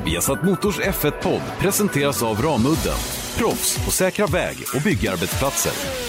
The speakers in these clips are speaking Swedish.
Viasat Motors F1-podd presenteras av Ramudden, proffs på säkra väg- och byggarbetsplatser.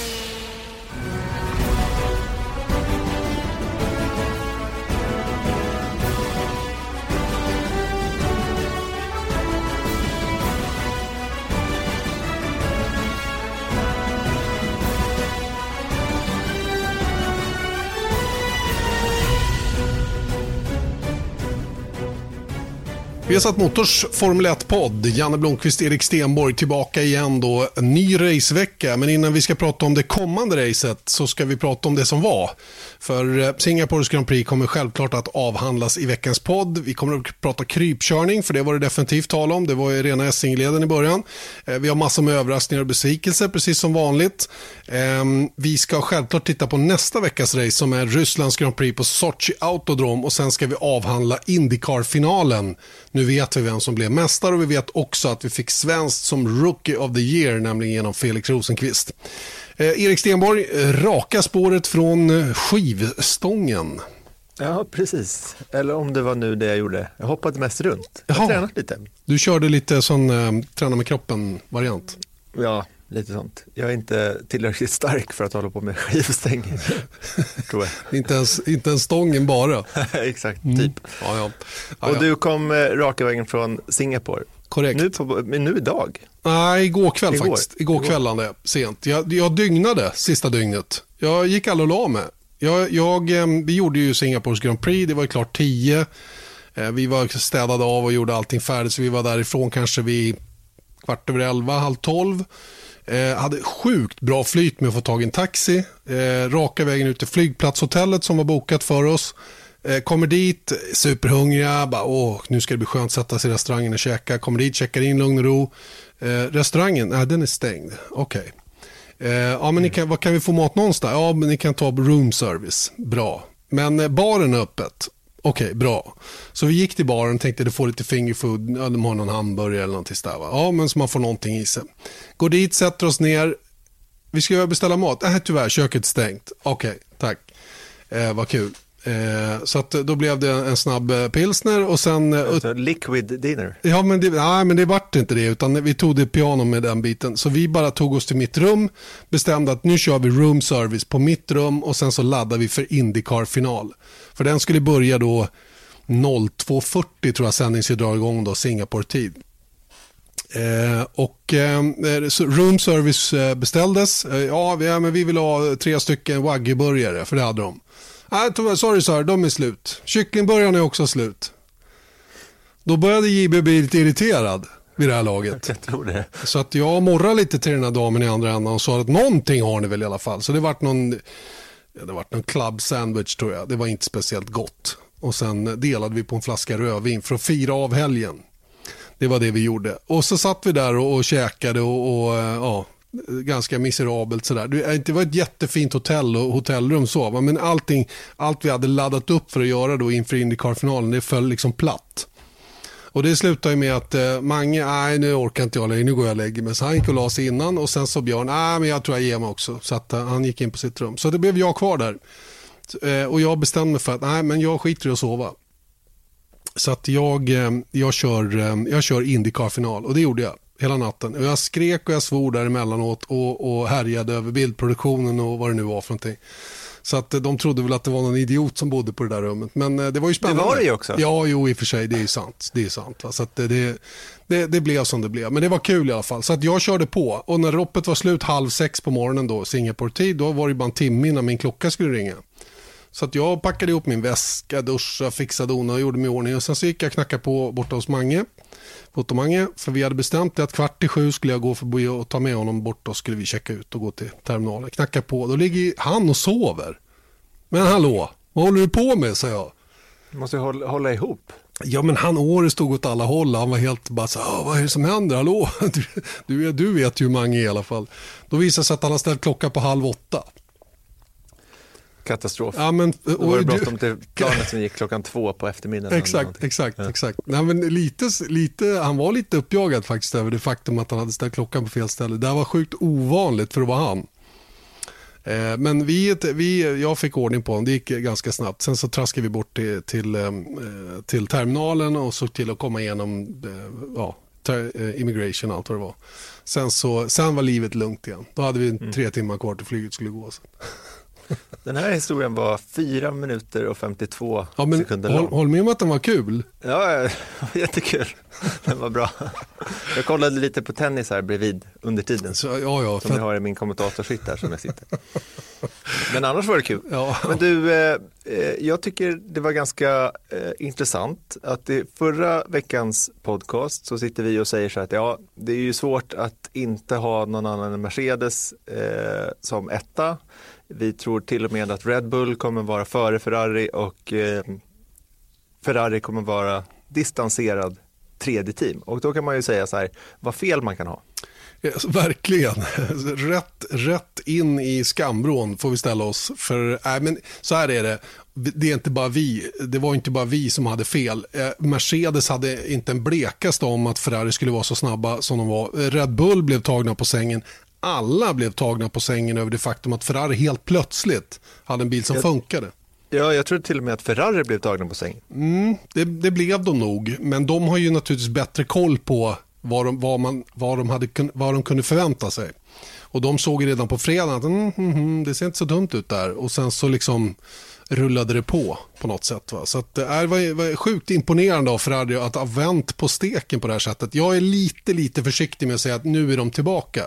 Vi har satt Motors Formel 1-podd. Janne Blomqvist, Erik Stenborg tillbaka igen då. En ny racevecka, men innan vi ska prata om det kommande racet så ska vi prata om det som var. För Singapores Grand Prix kommer självklart att avhandlas i veckans podd. Vi kommer att prata krypkörning, för det var det definitivt tal om. Det var ju rena S-ingleden i början. Vi har massor med överraskningar och besvikelser, precis som vanligt. Vi ska självklart titta på nästa veckas race som är Rysslands Grand Prix på Sochi Autodrom, och sen ska vi avhandla IndyCar-finalen. Nu vet vi vem som blev mästare, och vi vet också att vi fick svenskt som Rookie of the Year, nämligen genom Felix Rosenqvist. Erik Stenborg, raka spåret från skivstången. Ja, precis. Eller om det var nu det jag gjorde. Jag hoppade mest runt. Jag har tränat lite. Du körde lite sån träna med kroppen-variant. Ja, lite sånt. Jag är inte tillräckligt stark för att hålla på med skivstäng. Tror jag. inte en stången bara. Exakt, typ. Ja. Och du kom raka vägen från Singapore. Korrekt. Nu idag? Nej, igår kväll faktiskt. Igår kvällen sent. Jag dygnade sista dygnet. Jag gick aldrig och la mig. Vi gjorde ju Singapores Grand Prix. Det var ju klart 10. Vi var städade av och gjorde allting färdigt. Så vi var därifrån kanske vid 11:15, 12:30. Hade sjukt bra flyt med att få tag i en taxi. Raka vägen ut till flygplatshotellet som var bokat för oss. Kommer dit, superhungriga, bara, nu ska det bli skönt att sätta sig i restaurangen och käka. Kommer dit, checkar in, lugn och ro. Restaurangen, den är stängd. Okej. Men vad kan vi få mat någonstans? Ja, men ni kan ta room service. Bra. Men baren är öppet. Okej, bra. Så vi gick till baren och tänkte att det får lite fingerfood. Ja, de har någon hamburgare eller någonting där, va? Ja, men så man får någonting i sig. Går dit, sätter oss ner. Vi ska beställa mat. Tyvärr, köket stängt. Okej, tack. Vad kul. Så att då blev det en snabb pilsner och sen liquid dinner. Ja, men det vart inte det, utan vi tog det piano med den biten. Så vi bara tog oss till mitt rum, bestämde att nu kör vi room service på mitt rum, och sen så laddade vi för IndyCar-final. För den skulle börja då 02:40 tror jag sändning skulle dra igång då, Singapore-tid. Så room service beställdes. Men vi vill ha 3 stycken wagyu-burgare, för det hade de. Sorry sir, de är slut. Kycklingburgarna är också slut. Då började JB bli lite irriterad vid det här laget. Jag tror det. Så att jag morrade lite till den här damen i andra änden och sa att någonting har ni väl i alla fall. Så det vart någon club sandwich tror jag. Det var inte speciellt gott. Och sen delade vi på en flaska rödvin för att fira av helgen. Det var det vi gjorde. Och så satt vi där och käkade och ganska miserabelt sådär. Det var ett jättefint hotell och hotellrum så, men allt vi hade laddat upp för att göra då inför IndyCar-finalen, det föll liksom platt. Och det slutade ju med att Mange, nu orkar inte jag lägga, nu går jag och lägger mig. Så han gick och la sig innan, och sen så Björn, men jag tror jag ger mig också. Så att han gick in på sitt rum. Så det blev jag kvar där. Och jag bestämde mig för att men jag skiter i att sova. Så att jag kör IndyCar-final, och det gjorde jag hela natten. Och jag skrek och jag svor där emellanåt och härjade över bildproduktionen och vad det nu var för någonting. Så att de trodde väl att det var någon idiot som bodde på det där rummet. Men det var ju spännande. Det var det ju också. Ja, i och för sig, det är ju sant. Det är sant. Va? Så att det blev som det blev. Men det var kul i alla fall. Så att jag körde på. Och när loppet var slut 5:30 på morgonen då, Singapore-tid, då var det bara en timme innan min klocka skulle ringa. Så att jag packade ihop min väska, duscha, fixade och gjorde mig i ordning. Och sen så gick jag och knackade på borta hos Mange. För vi hade bestämt att 6:15 skulle jag gå förbi och ta med honom bort, och skulle vi checka ut och gå till terminalen. Knacka på, då ligger han och sover. Men hallå, vad håller du på med, sa jag. Du måste hålla ihop. Ja, men han stod åt alla håll. Han var helt bara så vad är det som händer, hallå? Du vet ju hur många i alla fall. Då visade det sig att han har ställt klockan på 7:30. Katastrof. Ja, men, och var det bråttom till planet som gick 2:00 på eftermiddagen. Exakt. Nej, men lite, han var lite uppjagad faktiskt över det faktum att han hade ställt klockan på fel ställe. Det var sjukt ovanligt för att vara han. Men jag fick ordning på den, det gick ganska snabbt. Sen så traskade vi bort till terminalen och såg till att komma igenom immigration och allt vad det var. Sen var livet lugnt igen. Då hade vi 3 timmar kvar till flyget skulle gå. Den här historien var 4 minuter och 52 sekunder lång. Håll med om att den var kul. Ja, jättekul. Den var bra. Jag kollade lite på tennis här bredvid under tiden. Som jag har i min kommentatorshytt här som jag sitter. Men annars var det kul. Ja. Men du, jag tycker det var ganska intressant att i förra veckans podcast så sitter vi och säger så att det är ju svårt att inte ha någon annan än Mercedes som etta. Vi tror till och med att Red Bull kommer vara före Ferrari och Ferrari kommer vara distanserad tredje team. Och då kan man ju säga så här, vad fel man kan ha. Verkligen. Rätt in i skambrån får vi ställa oss. Men så här är det. Det var inte bara vi som hade fel. Mercedes hade inte en blekaste om att Ferrari skulle vara så snabba som de var. Red Bull blev tagna på sängen. Alla blev tagna på sängen över det faktum att Ferrari helt plötsligt hade en bil som funkade. Ja, jag tror till och med att Ferrari blev tagna på sängen. Det blev de nog. Men de har ju naturligtvis bättre koll på vad de kunde förvänta sig. Och de såg redan på fredagen att det ser inte så dumt ut där. Och sen så liksom rullade det på något sätt. Va? Så att det var sjukt imponerande av Ferrari att ha vänt på steken på det här sättet. Jag är lite försiktig med att säga att nu är de tillbaka.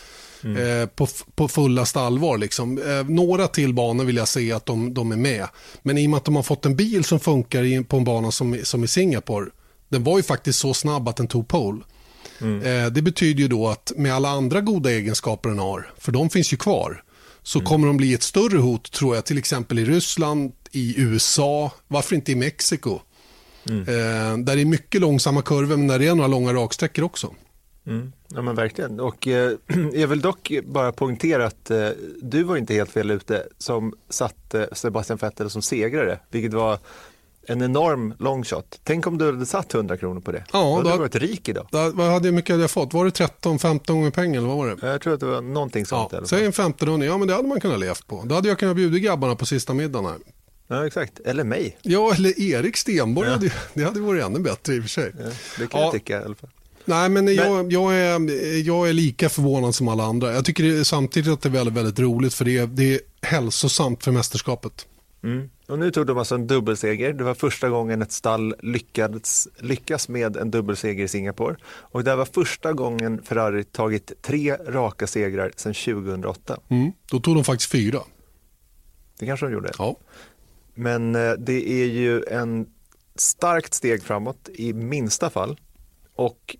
På fullast allvar liksom. Några till banor vill jag säga att de är med. Men i och med att de har fått en bil som funkar på en bana som i Singapore, den var ju faktiskt så snabb att den tog pole. Det betyder ju då att med alla andra goda egenskaper den har, för de finns ju kvar, så kommer de bli ett större hot tror jag, till exempel i Ryssland, i USA, varför inte i Mexiko, där det är mycket långsamma kurvor men där det är några långa raksträckor också. Ja men verkligen, och jag vill dock bara poängtera att du var inte helt fel ute som satte Sebastian Vettel som segrare, vilket var en enorm long shot. Tänk om du hade satt 100 kronor på det. Ja, då hade du varit rik idag. Vad mycket hade jag fått? Var det 13-15 gånger pengar eller vad var det? Jag tror att det var någonting sånt. Ja, säg en 1500, ja men det hade man kunnat leva på. Då hade jag kunnat bjuda grabbarna på sista middagen här. Ja exakt, eller mig. Ja, eller Erik Stenborg, det hade varit ännu bättre i och för sig. Ja, det kan jag tycka i alla fall. Nej, men jag är lika förvånad som alla andra. Jag tycker samtidigt att det är väldigt, väldigt roligt för det är hälsosamt för mästerskapet. Och nu tog de alltså en dubbelseger. Det var första gången ett stall lyckas med en dubbelseger i Singapore. Och det var första gången Ferrari tagit 3 raka segrar sedan 2008. Då tog de faktiskt 4. Det kanske de gjorde. Ja. Men det är ju en starkt steg framåt i minsta fall. Och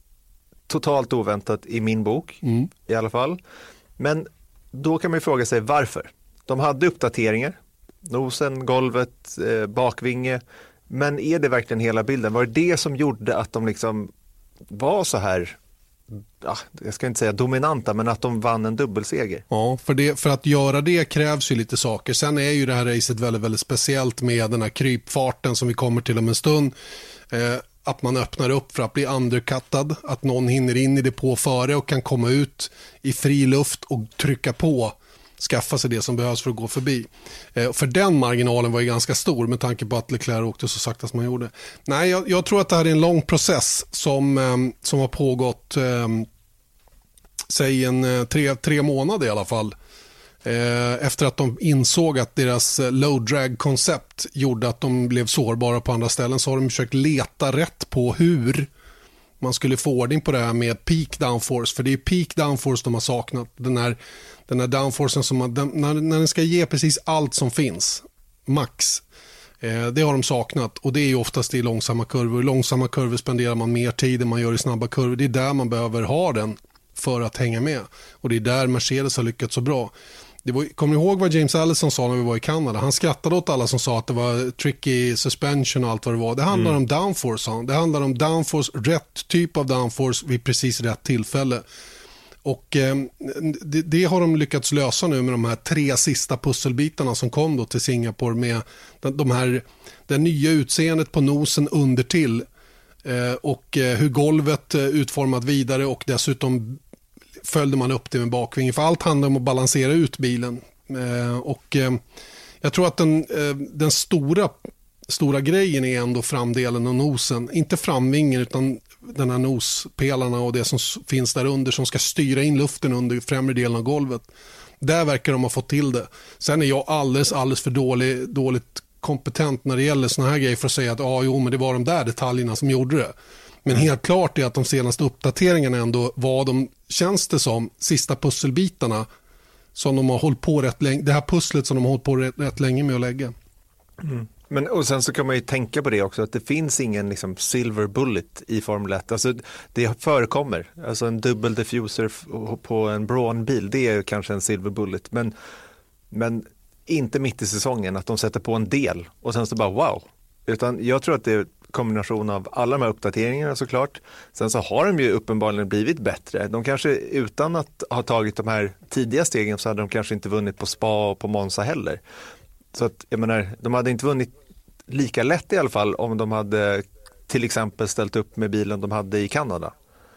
totalt oväntat i min bok i alla fall. Men då kan man ju fråga sig varför. De hade uppdateringar. Nosen, golvet, bakvinge. Men är det verkligen hela bilden? Var det som gjorde att de liksom var så här, jag ska inte säga dominanta, men att de vann en dubbelseger? Ja, för att göra det krävs ju lite saker. Sen är ju det här racet väldigt, väldigt speciellt med den här krypfarten som vi kommer till om en stund. Att man öppnar upp för att bli undercuttad, att någon hinner in i det på före och kan komma ut i fri luft och trycka på, skaffa sig det som behövs för att gå förbi. För den marginalen var ju ganska stor med tanke på att Leclerc åkte så sakta som man gjorde. Nej, jag tror att det här är en lång process som har pågått säg en 3 månader i alla fall. Efter att de insåg att deras low drag koncept gjorde att de blev sårbara på andra ställen, så har de försökt leta rätt på hur man skulle få ordning på det här med peak downforce, för det är peak downforce de har saknat, den här downforcen som när den ska ge precis allt som finns max, det har de saknat, och det är ju oftast i långsamma kurvor. I långsamma kurvor spenderar man mer tid än man gör i snabba kurvor. Det är där man behöver ha den för att hänga med, och det är där Mercedes har lyckats så bra. Kommer ni ihåg vad James Allison sa när vi var i Kanada? Han skrattade åt alla som sa att det var tricky suspension och allt vad det var. Det handlar om downforce. Det handlar om downforce, rätt typ av downforce vid precis rätt tillfälle. Och det har de lyckats lösa nu med de här 3 sista pusselbitarna som kom då till Singapore, med det nya utseendet på nosen under till och hur golvet utformat vidare, och dessutom följde man upp det med bakvingen. För allt handlar om att balansera ut bilen Jag tror att den stora grejen är ändå framdelen och nosen. Inte framvingen utan den här nospelarna och det som finns där under som ska styra in luften under främre delen av golvet. Där verkar de ha fått till det. Sen är jag alldeles för dåligt kompetent när det gäller såna här grejer för att säga att men det var de där detaljerna som gjorde det. Men helt klart är att de senaste uppdateringarna ändå var känns det som, sista pusselbitarna som de har hållit på rätt länge. Det här pusslet som de har hållit på rätt länge med att lägga. Mm. Men och sen så kan man ju tänka på det också att det finns ingen liksom silver bullet i Formel 1. Alltså det förekommer. Alltså en dubbel diffuser på en Braun-bil, det är kanske en silver bullet. Men inte mitt i säsongen att de sätter på en del och sen så bara wow. Utan jag tror att det är kombination av alla de här uppdateringarna såklart. Sen så har de ju uppenbarligen blivit bättre. De kanske utan att ha tagit de här tidiga stegen så hade de kanske inte vunnit på Spa och på Monza heller. Så att jag menar, de hade inte vunnit lika lätt i alla fall om de hade till exempel ställt upp med bilen de hade i Kanada.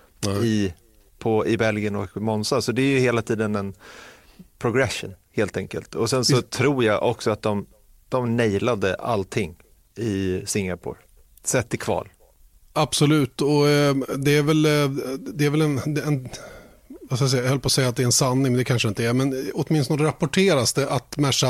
I Belgien och Monza. Så det är ju hela tiden en progression helt enkelt. Och sen så tror jag också att de nailade allting i Singapore. Sett i kval. Absolut, och det är väl en vad ska jag säga, jag höll på att säga att det är en sanning, men det kanske inte är, men åtminstone rapporteras det att Merca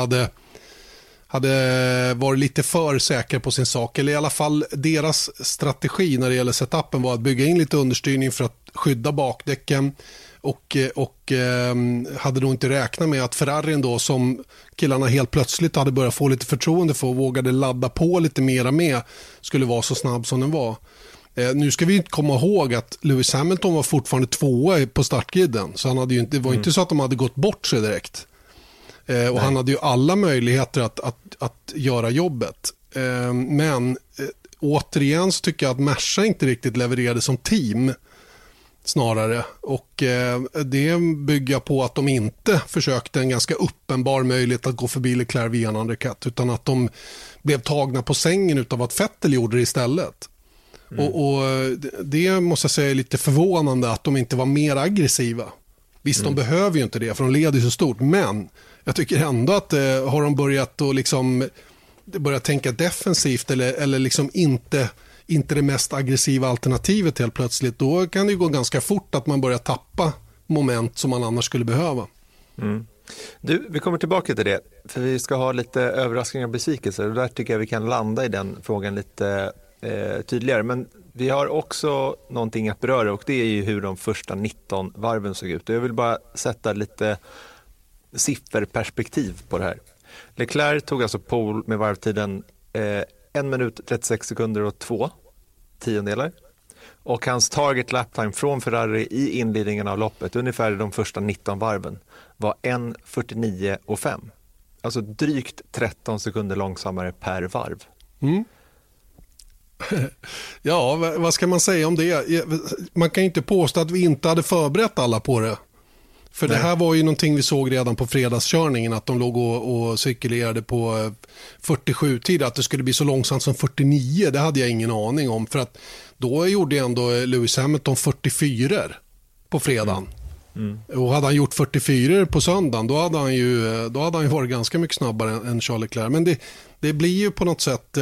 hade varit lite för säker på sin sak, eller i alla fall deras strategi när det gäller setupen var att bygga in lite understyrning för att skydda bakdäcken och hade då inte räknat med att Ferrarin då, som killarna helt plötsligt hade börjat få lite förtroende för och vågade ladda på lite mera med, skulle vara så snabb som den var. Nu ska vi inte komma ihåg att Lewis Hamilton var fortfarande 2:a på startgriden, så han hade ju inte, det var inte så att de hade gått bort sig direkt. Och han hade ju alla möjligheter att göra jobbet. Men återigen så tycker jag att Merca inte riktigt levererade som team snarare. Och det bygger på att de inte försökte en ganska uppenbar möjlighet att gå förbi Leclerc via en undercut, utan att de blev tagna på sängen utav att Vettel gjorde det istället. Och det måste jag säga är lite förvånande att de inte var mer aggressiva. Visst, de behöver ju inte det för de leder så stort, men jag tycker ändå att har de börjat att liksom börja tänka defensivt eller liksom inte det mest aggressiva alternativet helt plötsligt, då kan det ju gå ganska fort att man börjar tappa moment som man annars skulle behöva. Du, vi kommer tillbaka till det, för vi ska ha lite överraskningar och besvikelser och där tycker jag vi kan landa i den frågan lite tydligare. Men vi har också någonting att beröra och det är ju hur de första 19 varven såg ut. Jag vill bara sätta lite sifferperspektiv på det här. Leclerc tog alltså pole med varvtiden 1 minut 36 sekunder och 2 tiondelar. Och hans target lap time från Ferrari i inledningen av loppet, ungefär de första 19 varven, var 1:49,5. Alltså drygt 13 sekunder långsammare per varv. Ja, vad ska man säga om det? Man kan ju inte påstå att vi inte hade förberett alla på det. För det här var ju någonting vi såg redan på fredagskörningen, att de låg och cirkulerade på 47-tid, att det skulle bli så långsamt som 49, det hade jag ingen aning om. För att då gjorde ändå Lewis Hamilton 44 på fredagen. Och hade han gjort 44 på söndagen, då hade han ju varit ganska mycket snabbare än Charles Leclerc. Men det blir ju på något sätt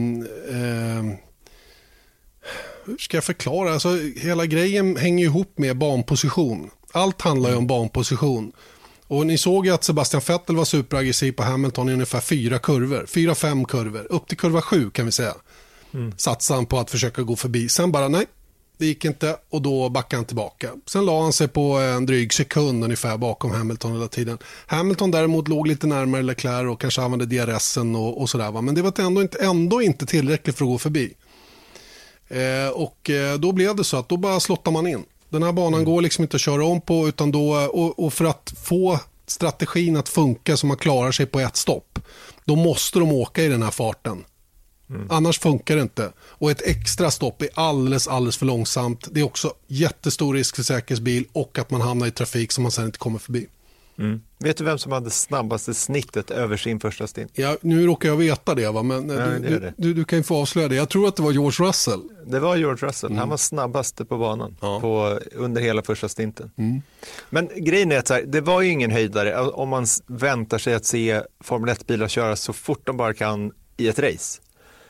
hur ska jag förklara? Alltså, hela grejen hänger ihop med banposition. Allt handlar ju om banposition. Och ni såg ju att Sebastian Vettel var superaggressiv på Hamilton i ungefär 4-5 kurvor. Upp till kurva 7 kan vi säga. Satsade han på att försöka gå förbi. Sen bara nej, det gick inte och då backade han tillbaka. Sen la han sig på en dryg sekund ungefär bakom Hamilton hela tiden. Hamilton däremot låg lite närmare Leclerc och kanske använde DRSen och sådär. Va? Men det var ändå inte tillräckligt för att gå förbi. Och då blev det så att då bara slottar man in. Den här banan går liksom inte att köra om på, utan då, och för att få strategin att funka så man klarar sig på ett stopp, då måste de åka i den här farten. Annars funkar det inte. Och ett extra stopp är alldeles för långsamt. Det är också jättestor risk för säkerhetsbil och att man hamnar i trafik som man sen inte kommer förbi. Vet du vem som hade snabbaste snittet över sin första stint? Ja, nu råkar jag veta det, va? Men du kan ju få avslöja det. Jag tror att det var George Russell. Det var George Russell. Han var snabbast på banan under hela första stinten. Men grejen är att det var ju ingen höjdare om man väntar sig att se Formel 1-bilar köra så fort de bara kan i ett race.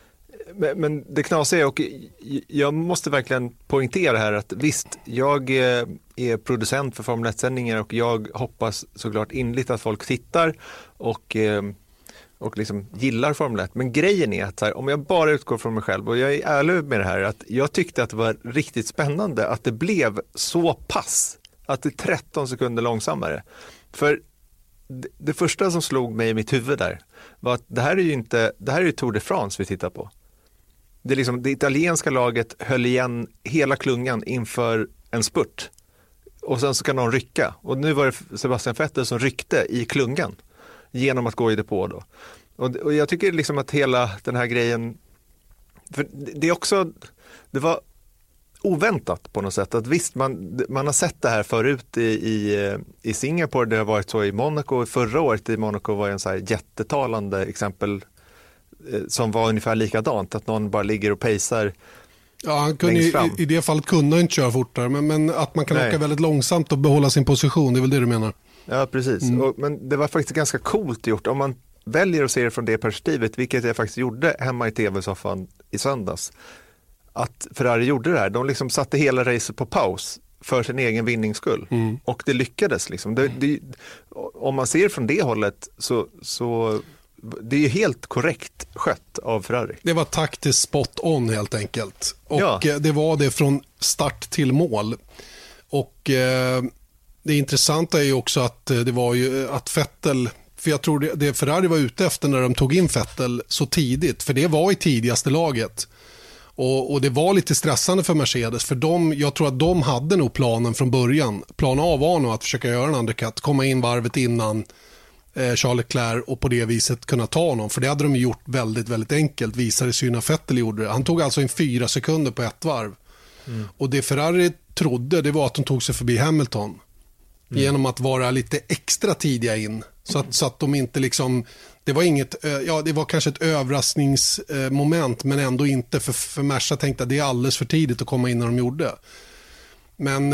Men det knasiga är, och jag måste verkligen poängtera här att visst, jag är producent för Formel 1-sändningar och jag hoppas såklart inligt att folk tittar och liksom gillar Formel 1. Men grejen är att om jag bara utgår från mig själv, och jag är ärlig med det här, att jag tyckte att det var riktigt spännande att det blev så pass, att det är 13 sekunder långsammare. För det första som slog mig i mitt huvud där var att det här är ju Tour de France vi tittar på. Det är liksom, det italienska laget höll igen hela klungan inför en spurt. Och sen så kan någon rycka. Och nu var det Sebastian Vettel som ryckte i klungan genom att gå i depå då. Och jag tycker liksom att hela den här grejen, för det var oväntat på något sätt. Att visst, man har sett det här förut i Singapore, det har varit så i Monaco. Förra året i Monaco var en så här jättetalande exempel som var ungefär likadant, att någon bara ligger och pejsar. Ja, han kunde i det fallet kunde han inte köra fortare, men att man kan åka väldigt långsamt och behålla sin position, det är väl det du menar? Ja, precis. Men det var faktiskt ganska coolt gjort om man väljer att se det från det perspektivet, vilket jag faktiskt gjorde hemma i tv-soffan i söndags. Att Ferrari gjorde det här, de liksom satte hela racet på paus för sin egen vinningsskull. Och det lyckades liksom. Om man ser från det hållet så det är ju helt korrekt skött av Ferrari. Det var taktiskt spot on helt enkelt. Och det var det från start till mål. Och det intressanta är ju också att det var ju att Vettel, för jag tror det Ferrari var ute efter när de tog in Vettel så tidigt, för det var i tidigaste laget. Och det var lite stressande för Mercedes, för jag tror att de hade nog planen från början. Plan A var nog att försöka göra en undercut, komma in varvet innan Charles Leclerc och på det viset kunna ta honom. För det hade de gjort väldigt, väldigt enkelt, visade sig när Vettel gjorde det. Han tog alltså in 4 sekunder på ett varv. Och det Ferrari trodde, det var att de tog sig förbi Hamilton. Genom att vara lite extra tidiga in. Så att de inte liksom, det var inget, det var kanske ett överraskningsmoment, men ändå inte, för Merca tänkte att det är alldeles för tidigt att komma in när de gjorde. Men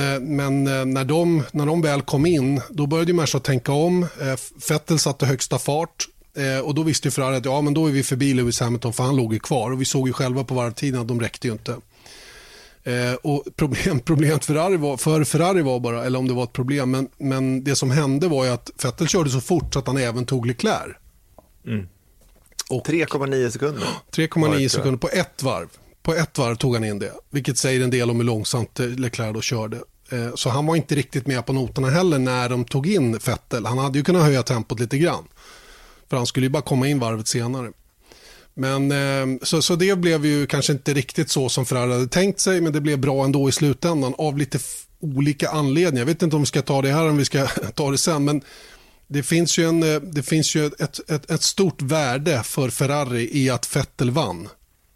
när de väl kom in, då började Merca tänka om. Vettel satte högsta fart och då visste ju Ferrari att men då är vi förbi Lewis Hamilton, för han låg ju kvar, och vi såg ju själva på varvtiden att de räckte ju inte. Och problemet för Ferrari var bara, eller om det var ett problem, men det som hände var ju att Vettel körde så fort så att han även tog Leclerc. 3,9 sekunder. 3,9 sekunder på ett varv. På ett varv tog han in det, vilket säger en del om hur långsamt Leclerc då körde. Så han var inte riktigt med på noterna heller när de tog in Vettel. Han hade ju kunnat höja tempot lite grann, för han skulle ju bara komma in varvet senare. Men så det blev ju kanske inte riktigt så som Ferrari hade tänkt sig, men det blev bra ändå i slutändan av lite olika anledningar. Jag vet inte om vi ska ta det här eller om vi ska ta det sen, men det finns ju ett stort värde för Ferrari i att Vettel vann.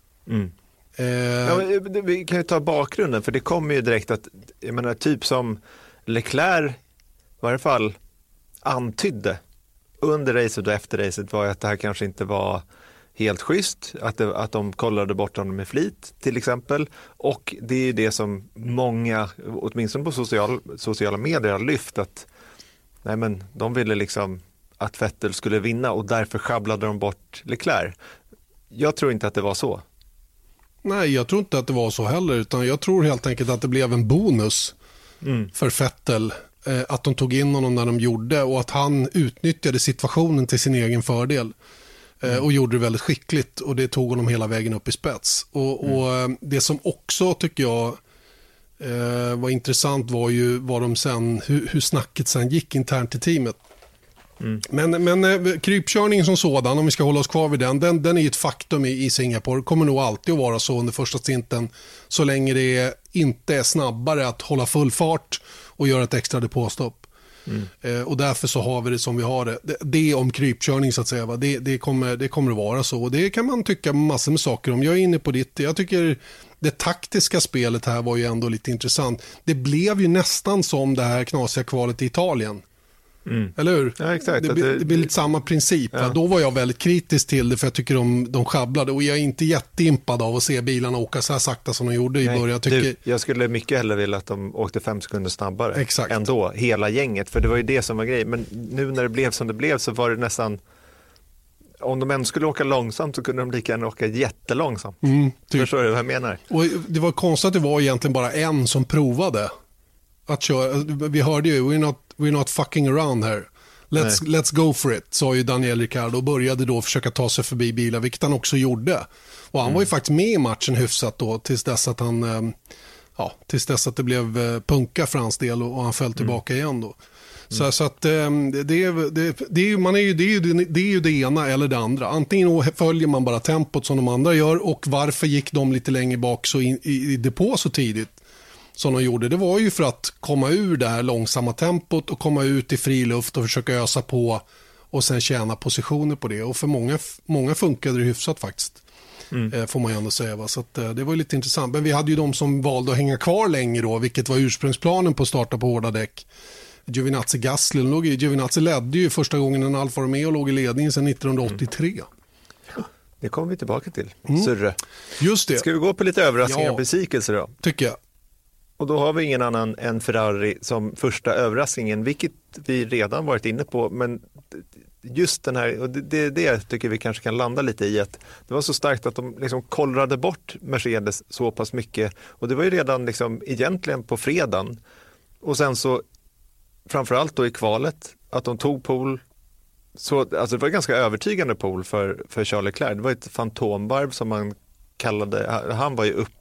Vi kan ju ta bakgrunden, för det kommer ju direkt att, jag menar, typ som Leclerc i varje fall antydde under racet och efter racet, var att det här kanske inte var helt schysst, att de kollade bort honom med flit till exempel, och det är det som många, åtminstone på sociala medier, har lyft, att nej, men de ville liksom att Vettel skulle vinna och därför sjabblade de bort Leclerc. Jag tror inte att det var så. Nej, jag tror inte att det var så heller, utan jag tror helt enkelt att det blev en bonus för Vettel att de tog in honom när de gjorde, och att han utnyttjade situationen till sin egen fördel och gjorde det väldigt skickligt, och det tog honom hela vägen upp i spets. Och det som också tycker jag var intressant var ju vad de sen, hur snacket sen gick internt i teamet. Men krypkörning som sådan, om vi ska hålla oss kvar vid den är ju ett faktum i Singapore. Kommer nog alltid att vara så under första stinten, så länge det inte är snabbare att hålla full fart och göra ett extra depåstopp. Och därför så har vi det som vi har det. Det om krypkörning så att säga, va? Det kommer att vara så, och det kan man tycka massor med saker om. Jag är inne på ditt. Jag tycker det taktiska spelet här var ju ändå lite intressant. Det blev ju nästan som det här knasiga kvalet i Italien. Eller hur? Ja, exakt. Det blir lite samma princip. Ja. Då var jag väldigt kritisk till det, för jag tycker de sjabblade. Och jag är inte jätteimpad av att se bilarna åka så här sakta som de gjorde i början. Jag skulle mycket hellre vilja att de åkte 5 sekunder snabbare. Exakt. Ändå, hela gänget. För det var ju det som var grejen. Men nu när det blev som det blev så var det nästan... Om de än skulle åka långsamt så kunde de lika gärna åka jättelångsamt. Typ. Förstår du vad jag menar? Och det var konstigt att det var egentligen bara en som provade att köra. Vi hörde ju, we're not fucking around here. Let's go for it, sa ju Daniel Ricciardo och började då försöka ta sig förbi bilar, vilket han också gjorde. Och han var ju faktiskt med i matchen hyfsat då tills dess att det blev punka för hans del och han föll tillbaka igen då. Så att det är ju det ena eller det andra. Antingen följer man bara tempot som de andra gör, och varför gick de lite längre bak så i depå så tidigt som de gjorde? Det var ju för att komma ur det här långsamma tempot och komma ut i fri luft och försöka ösa på och sen tjäna positioner på det. Och för många funkade det hyfsat faktiskt. Får man ju ändå säga. Va? Så att, det var ju lite intressant. Men vi hade ju de som valde att hänga kvar länge då, vilket var ursprungsplanen på att starta på hårda däck. Giovinazzi Gasly. Giovinazzi ledde ju första gången en Alfa Romeo låg i ledningen sedan 1983. Det kommer vi tillbaka till. Surre. Just det. Ska vi gå på lite överraskningar och besvikelser då? Tycker jag. Och då har vi ingen annan än Ferrari som första överraskningen, vilket vi redan varit inne på, men just den här, och det tycker vi kanske kan landa lite i, att det var så starkt att de liksom kollrade bort Mercedes så pass mycket, och det var ju redan liksom egentligen på fredagen, och sen så framförallt då i kvalet att de tog pole, så alltså det var ganska övertygande pole för Charles Leclerc. Det var ett fantomvarv som man kallade, han var ju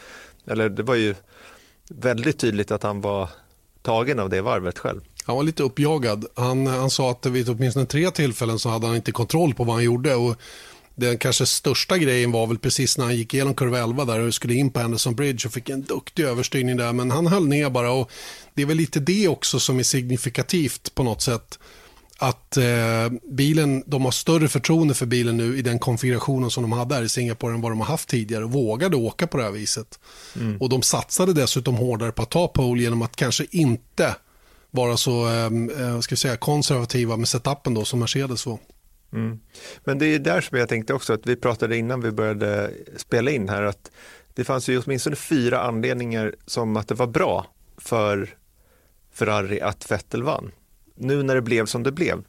det var ju väldigt tydligt att han var tagen av det varvet själv. Han var lite uppjagad. Han sa att vid åtminstone 3 tillfällen så hade han inte kontroll på vad han gjorde, och den kanske största grejen var väl precis när han gick igenom kurva 11 där och skulle in på Anderson Bridge och fick en duktig överstyrning där, men han höll ner bara, och det är väl lite det också som är signifikativt på något sätt, att bilen, de har större förtroende för bilen nu i den konfigurationen som de hade här i Singapore än vad de har haft tidigare, och vågade åka på det här viset. Och de satsade dessutom hårdare på att ta pole genom att kanske inte vara så konservativa med setupen då som Mercedes var. Men det är där som jag tänkte också, att vi pratade innan vi började spela in här, att det fanns ju åtminstone 4 anledningar som att det var bra för Ferrari att Vettel vann. Nu när det blev som det blev.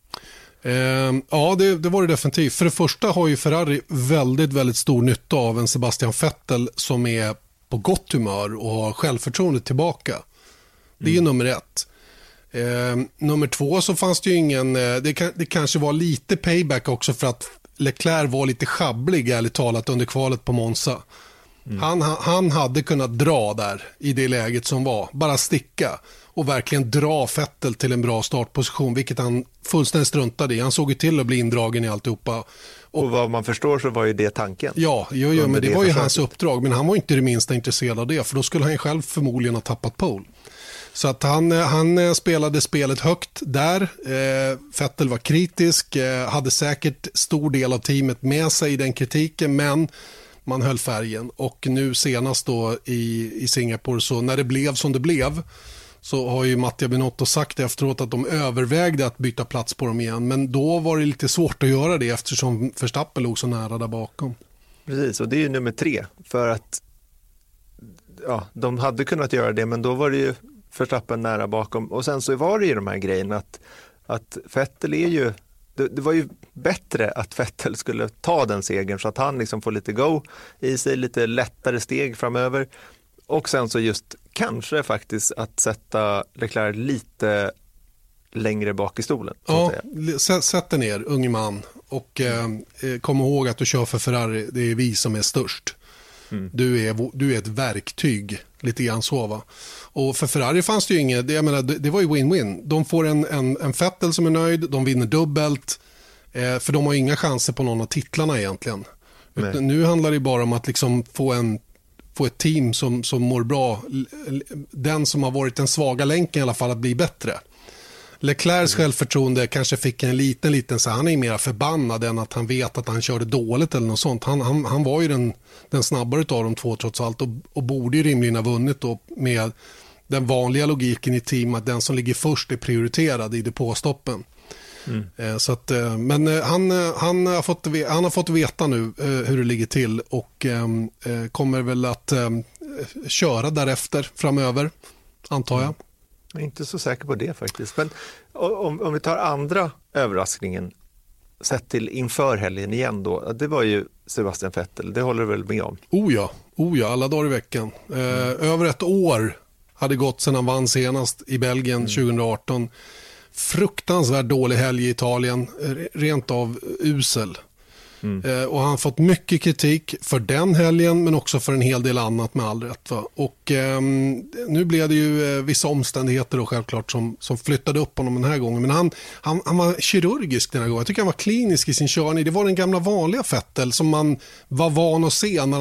Ja, det var det definitivt. För det första har ju Ferrari väldigt, väldigt stor nytta av en Sebastian Vettel som är på gott humör och har självförtroende tillbaka. Det är nummer 1. Nummer 2 så fanns det ju ingen, det kanske var lite payback också för att Leclerc var lite schabblig, ärligt talat, under kvalet på Monza. Han hade kunnat dra där i det läget som var, bara sticka och verkligen dra Vettel till en bra startposition, vilket han fullständigt struntade i. Han såg ju till att bli indragen i alltihopa. Och vad man förstår så var ju det tanken. Ja, men det var ju hans uppdrag, men han var inte det minsta intresserad av det, för då skulle han själv förmodligen ha tappat pole. Så att han spelade spelet högt där. Vettel var kritisk, hade säkert stor del av teamet med sig i den kritiken, men man höll färgen. Och nu senast då i Singapore, så när det blev som det blev, så har ju Mattia Binotto sagt efteråt att de övervägde att byta plats på dem igen, men då var det lite svårt att göra det eftersom Verstappen låg så nära där bakom. Precis, och det är ju nummer 3, för att de hade kunnat göra det, men då var det ju Verstappen nära bakom. Och sen så var det ju de här grejerna att Vettel är ju, det var ju bättre att Vettel skulle ta den segern så att han liksom får lite go i sig, lite lättare steg framöver. Och sen så just kanske faktiskt att sätta Leclerc lite längre bak i stolen. Ja, sätt dig ner, unge man, och kom ihåg att du kör för Ferrari, det är vi som är störst. Du är ett verktyg, lite grann så, va. Och för Ferrari fanns det ju inget, det var ju win-win. De får en Vettel som är nöjd, de vinner dubbelt, för de har inga chanser på någon av titlarna egentligen. Nu handlar det bara om att liksom få ett team som mår bra, den som har varit den svaga länken i alla fall, att bli bättre. Leclercs självförtroende kanske fick en liten, så han är mer förbannad än att han vet att han körde dåligt eller något sånt. Han var ju den snabbare av de två trots allt, och borde ju rimligen ha vunnit då med den vanliga logiken i team att den som ligger först är prioriterad i depåstoppen. Så att, men han har fått veta nu hur det ligger till och kommer väl att köra därefter framöver, antar jag. Jag är inte så säker på det faktiskt. Men om vi tar andra överraskningen sett till inför helgen igen då, det var ju Sebastian Vettel, det håller du väl med om? Oh ja, alla dagar i veckan. Över ett år hade gått sedan han vann senast i Belgien 2018. Fruktansvärt dålig helg i Italien, rent av usel. Och han har fått mycket kritik för den helgen men också för en hel del annat med all rätt. Va? Och nu blev det ju vissa omständigheter då, självklart som flyttade upp honom den här gången. Men han var kirurgisk den här gången. Jag tycker han var klinisk i sin körning. Det var den gamla vanliga Vettel som man var van att se när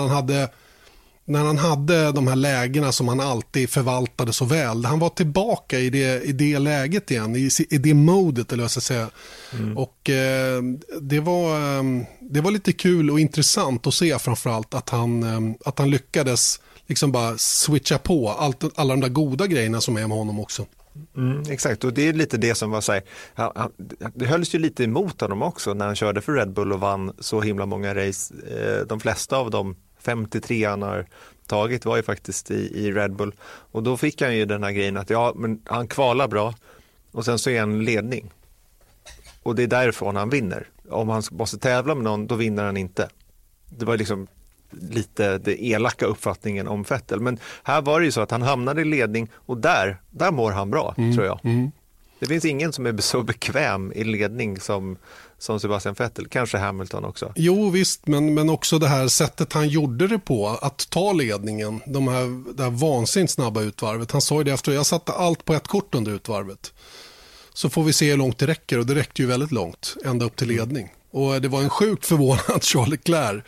han hade de här lägena som han alltid förvaltade så väl. Han var tillbaka i det läget igen, i det modet, eller vad jag ska säga. Och det var lite kul och intressant att se framförallt att han lyckades liksom bara switcha på alla de där goda grejerna som är med honom också. Exakt, och det är lite det som var så här, det hölls ju lite emot honom också när han körde för Red Bull och vann så himla många race. De flesta av dem 53 han har tagit var ju faktiskt i Red Bull. Och då fick han ju den här grejen att men han kvalar bra och sen så är han ledning. Och det är därifrån han vinner. Om han måste tävla med någon, då vinner han inte. Det var liksom lite det elaka uppfattningen om Vettel. Men här var det ju så att han hamnade i ledning och där mår han bra, tror jag. Det finns ingen som är så bekväm i ledning som Sebastian Vettel, kanske Hamilton också. Jo visst, men också det här sättet han gjorde det på, att ta ledningen, det här vansinnigt snabba utvarvet. Han sa ju det efter, jag satte allt på ett kort under utvarvet. Så får vi se hur långt det räcker, och det räckte ju väldigt långt, ända upp till ledning. Och det var en sjukt förvånad Charles Leclerc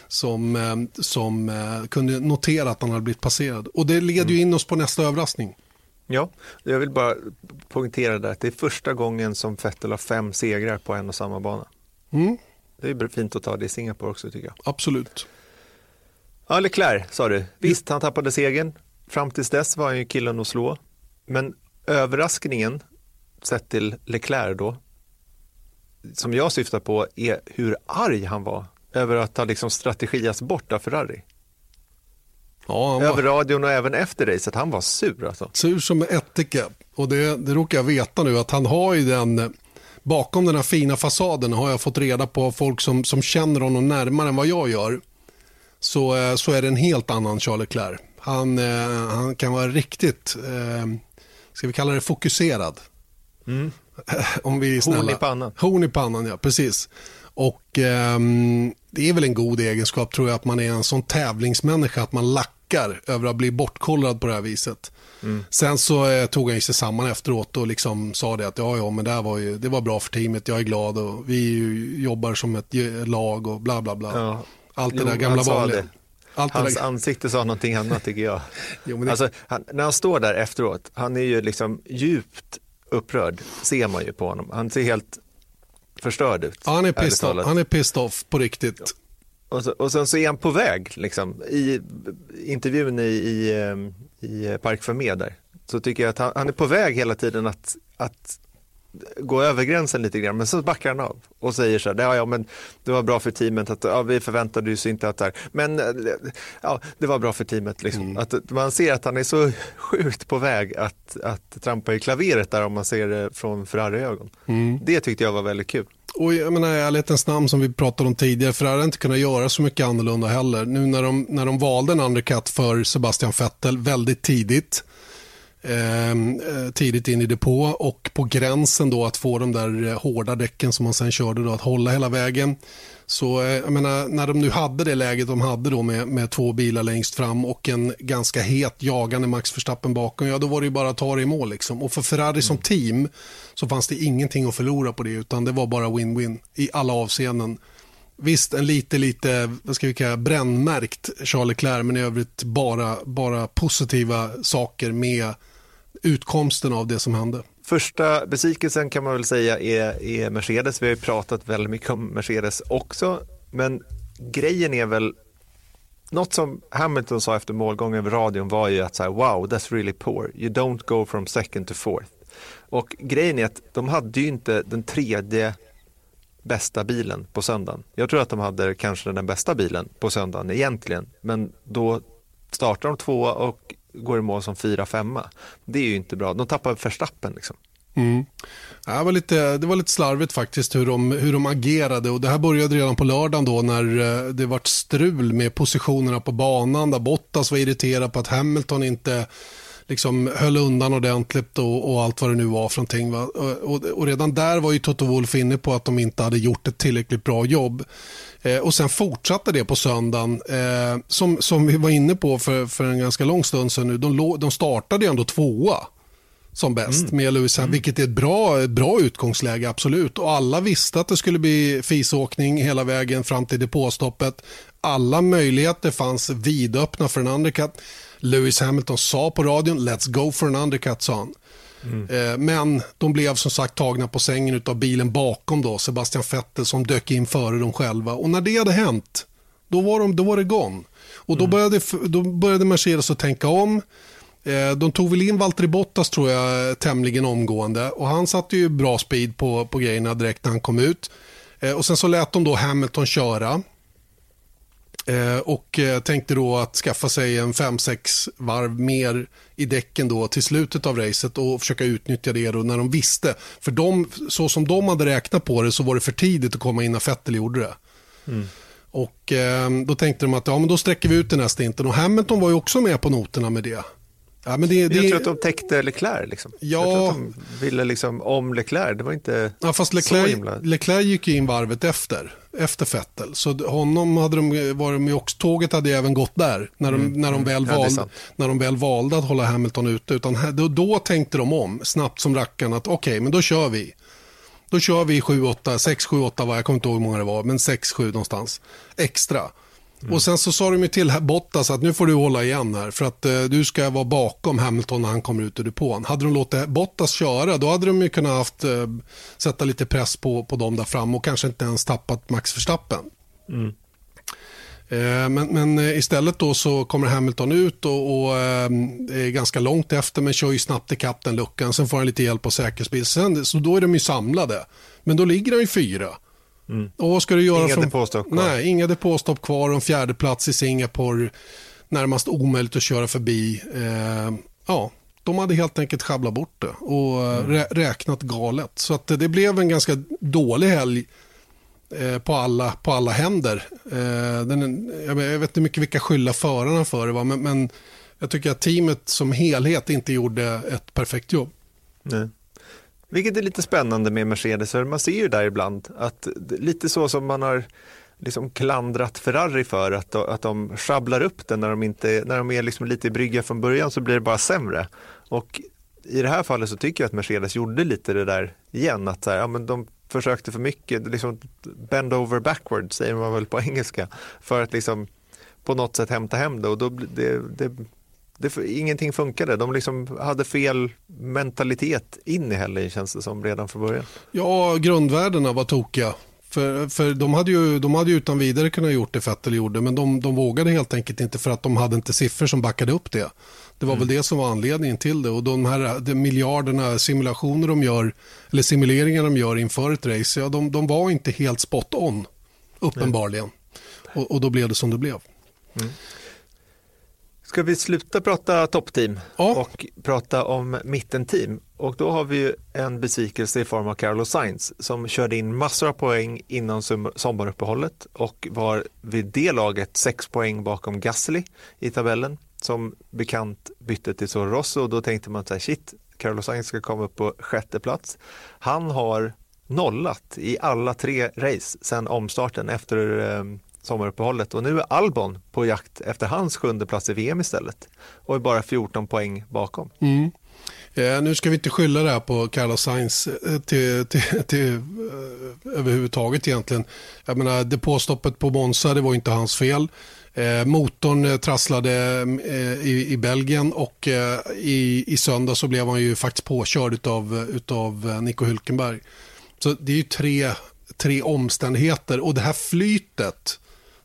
som kunde notera att han hade blivit passerad. Och det leder ju in oss på nästa överraskning. Ja, jag vill bara poängtera där att det är första gången som Vettel har 5 segrar på en och samma bana. Det är fint att ta det i Singapore också, tycker jag. Absolut. Ja, Leclerc sa du. Visst, han tappade segern. Fram tills dess var han ju killen att slå. Men överraskningen sett till Leclerc då, som jag syftar på, är hur arg han var över att ha liksom strategias bort av Ferrari. Ja, över radion och även efter det, så att han var sur alltså. Sur som ättika. Och det råkar jag veta nu, att han har ju bakom den här fina fasaden har jag fått reda på folk som känner honom närmare än vad jag gör. Så är det en helt annan Charles Leclerc. Han kan vara riktigt, ska vi kalla det fokuserad. Om vi är snälla. Horn i pannan. Horn i pannan, ja, precis. Och det är väl en god egenskap, tror jag, att man är en sån tävlingsmänniska att man lackar över att bli bortkollrad på det här viset. Sen så tog han sig samman efteråt och liksom sa det att men det var bra för teamet, jag är glad och vi jobbar som ett lag och bla bla bla. Ja. Allt det där gamla vanliga. Hans ansikte sa någonting annat, tycker jag. Alltså, när han står där efteråt, han är ju liksom djupt upprörd, ser man ju på honom. Han ser helt förstörd ut. Ja, han är pissed off på riktigt. Ja. Och sen så är han på väg liksom, i intervjun i Parc Fermé där, så tycker jag att han är på väg hela tiden att gå över gränsen lite grann, men så backar han av och säger så här, men det var bra för teamet att vi förväntade oss inte att men det var bra för teamet liksom. Att man ser att han är så sjukt på väg att trampa i klaveret där, om man ser det från Ferrari-ögon. Det tyckte jag var väldigt kul. Och jag menar, i ärlighetens namn, som vi pratade om tidigare, Ferrari hade inte kunnat göra så mycket annorlunda heller. Nu när de valde en undercut för Sebastian Vettel väldigt tidigt in i depå och på gränsen då att få de där hårda däcken som man sen körde då, att hålla hela vägen. Så jag menar, när de nu hade det läget de hade då med 2 bilar längst fram och en ganska het jagande Max Verstappen bakom, då var det ju bara att ta det i mål liksom. Och för Ferrari som team så fanns det ingenting att förlora på det, utan det var bara win-win i alla avseenden. Visst, en lite vad ska vi kalla, brännmärkt Charles Leclerc, men i övrigt bara positiva saker med utkomsten av det som hände. Första besvikelsen kan man väl säga är Mercedes. Vi har ju pratat väldigt mycket om Mercedes också, men grejen är väl något som Hamilton sa efter målgången över radion var ju att så här, wow, that's really poor. You don't go from second to fourth. Och grejen är att de hade ju inte den tredje bästa bilen på söndagen. Jag tror att de hade kanske den bästa bilen på söndagen egentligen. Men då startar de 2 och går i mål som 4-5. Det är ju inte bra. De tappar Verstappen liksom. Mm. Det var lite slarvigt faktiskt hur de agerade, och det här började redan på lördagen då när det var strul med positionerna på banan, där Bottas var irriterad på att Hamilton inte liksom höll undan ordentligt och allt vad det nu var för någonting, va? Och redan där var ju Toto Wolff inne på att de inte hade gjort ett tillräckligt bra jobb. Och sen fortsatte det på söndagen, som vi var inne på för en ganska lång stund sedan nu. De startade ju ändå 2 som bäst med Lewis Hamilton, vilket är ett bra utgångsläge, absolut. Och alla visste att det skulle bli fisåkning hela vägen fram till depåstoppet. Alla möjligheter fanns vidöppna för en undercut. Lewis Hamilton sa på radion, let's go for an undercut, sa han. Men de blev som sagt tagna på sängen av bilen bakom då, Sebastian Vettel, som dök in före dem själva. Och när det hade hänt, då var det gone. Och då började Mercedes att tänka om. De tog väl in Valtteri Bottas, tror jag, tämligen omgående, och han satte ju bra speed på grejerna direkt när han kom ut. Och sen så lät de då Hamilton köra och tänkte då att skaffa sig en 5-6 varv mer i däcken då till slutet av racet och försöka utnyttja det då när de visste. För så som de hade räknat på det, så var det för tidigt att komma in när Vettel gjorde det. Och då tänkte de att men då sträcker vi ut det nästa inte. Och Hamilton var ju också med på noterna med det. Ja, men jag tror att de täckte Leclerc liksom. Ja. Jag tror att de ville liksom om Leclerc. Det var inte fast Leclerc gick ju in varvet efter Vettel. Så honom hade de också, tåget hade även gått där när de väl valde att hålla Hamilton ute. Utan då tänkte de om snabbt som rackarn att okej, men då kör vi. Då kör vi 6-7-8 var, jag kommer inte ihåg hur många det var, men 6-7 någonstans extra. Och sen så sa de ju till Bottas att nu får du hålla igen här, för att du ska vara bakom Hamilton när han kommer ut ur depån. Hade de låtit Bottas köra, då hade de ju kunnat sätta lite press på dem där fram och kanske inte ens tappat Max Verstappen. Men istället då så kommer Hamilton ut och är ganska långt efter, men kör ju snabbt i kapp den luckan. Sen får han lite hjälp av säkerhetsbil. Så då är de ju samlade. Men då ligger de ju 4. Och vad ska du göra? Inga depåstopp kvar. Och en 4:e plats i Singapore, närmast omöjligt att köra förbi. De hade helt enkelt schabblat bort det och räknat galet. Så att det blev en ganska dålig helg på alla händer. Jag vet inte mycket vilka skylla förarna för det var, men jag tycker att teamet som helhet inte gjorde ett perfekt jobb. Nej. Vilket är lite spännande med Mercedes, för man ser ju där ibland att lite så som man har liksom klandrat Ferrari för att de schabblar upp det när de är liksom lite i brygga från början, så blir det bara sämre. Och i det här fallet så tycker jag att Mercedes gjorde lite det där igen, att så här, men de försökte för mycket, liksom bend over backward säger man väl på engelska, för att liksom på något sätt hämta hem det, och då ingenting funkade. De liksom hade fel mentalitet in i helgen, känns det som, redan från början. Ja, grundvärdena var tokiga. För de hade ju utan vidare kunnat gjort det Vettel gjorde, men de vågade helt enkelt inte, för att de hade inte siffror som backade upp det. Det var väl det som var anledningen till det. Och de miljarderna simulationer de gör, eller simuleringar de gör inför ett race, de var inte helt spot on, uppenbarligen. Och då blev det som det blev. Ska vi sluta prata toppteam och prata om mittenteam? Och då har vi ju en besvikelse i form av Carlos Sainz, som körde in massor av poäng innan sommaruppehållet och var vid det laget 6 poäng bakom Gasly i tabellen, som bekant bytte till Toro Rosso, och då tänkte man så här, shit, Carlos Sainz ska komma upp på 6:e plats. Han har nollat i alla 3 race sedan omstarten efter sommaruppehållet, och nu är Albon på jakt efter hans 7:e plats i VM istället och är bara 14 poäng bakom. Nu ska vi inte skylla det här på Carlos Sainz till överhuvudtaget egentligen. Jag menar, depåstoppet på Monza, det var inte hans fel. Motorn trasslade i Belgien, och i söndag så blev han ju faktiskt påkörd utav Nico Hülkenberg. Så det är ju tre omständigheter, och det här flytet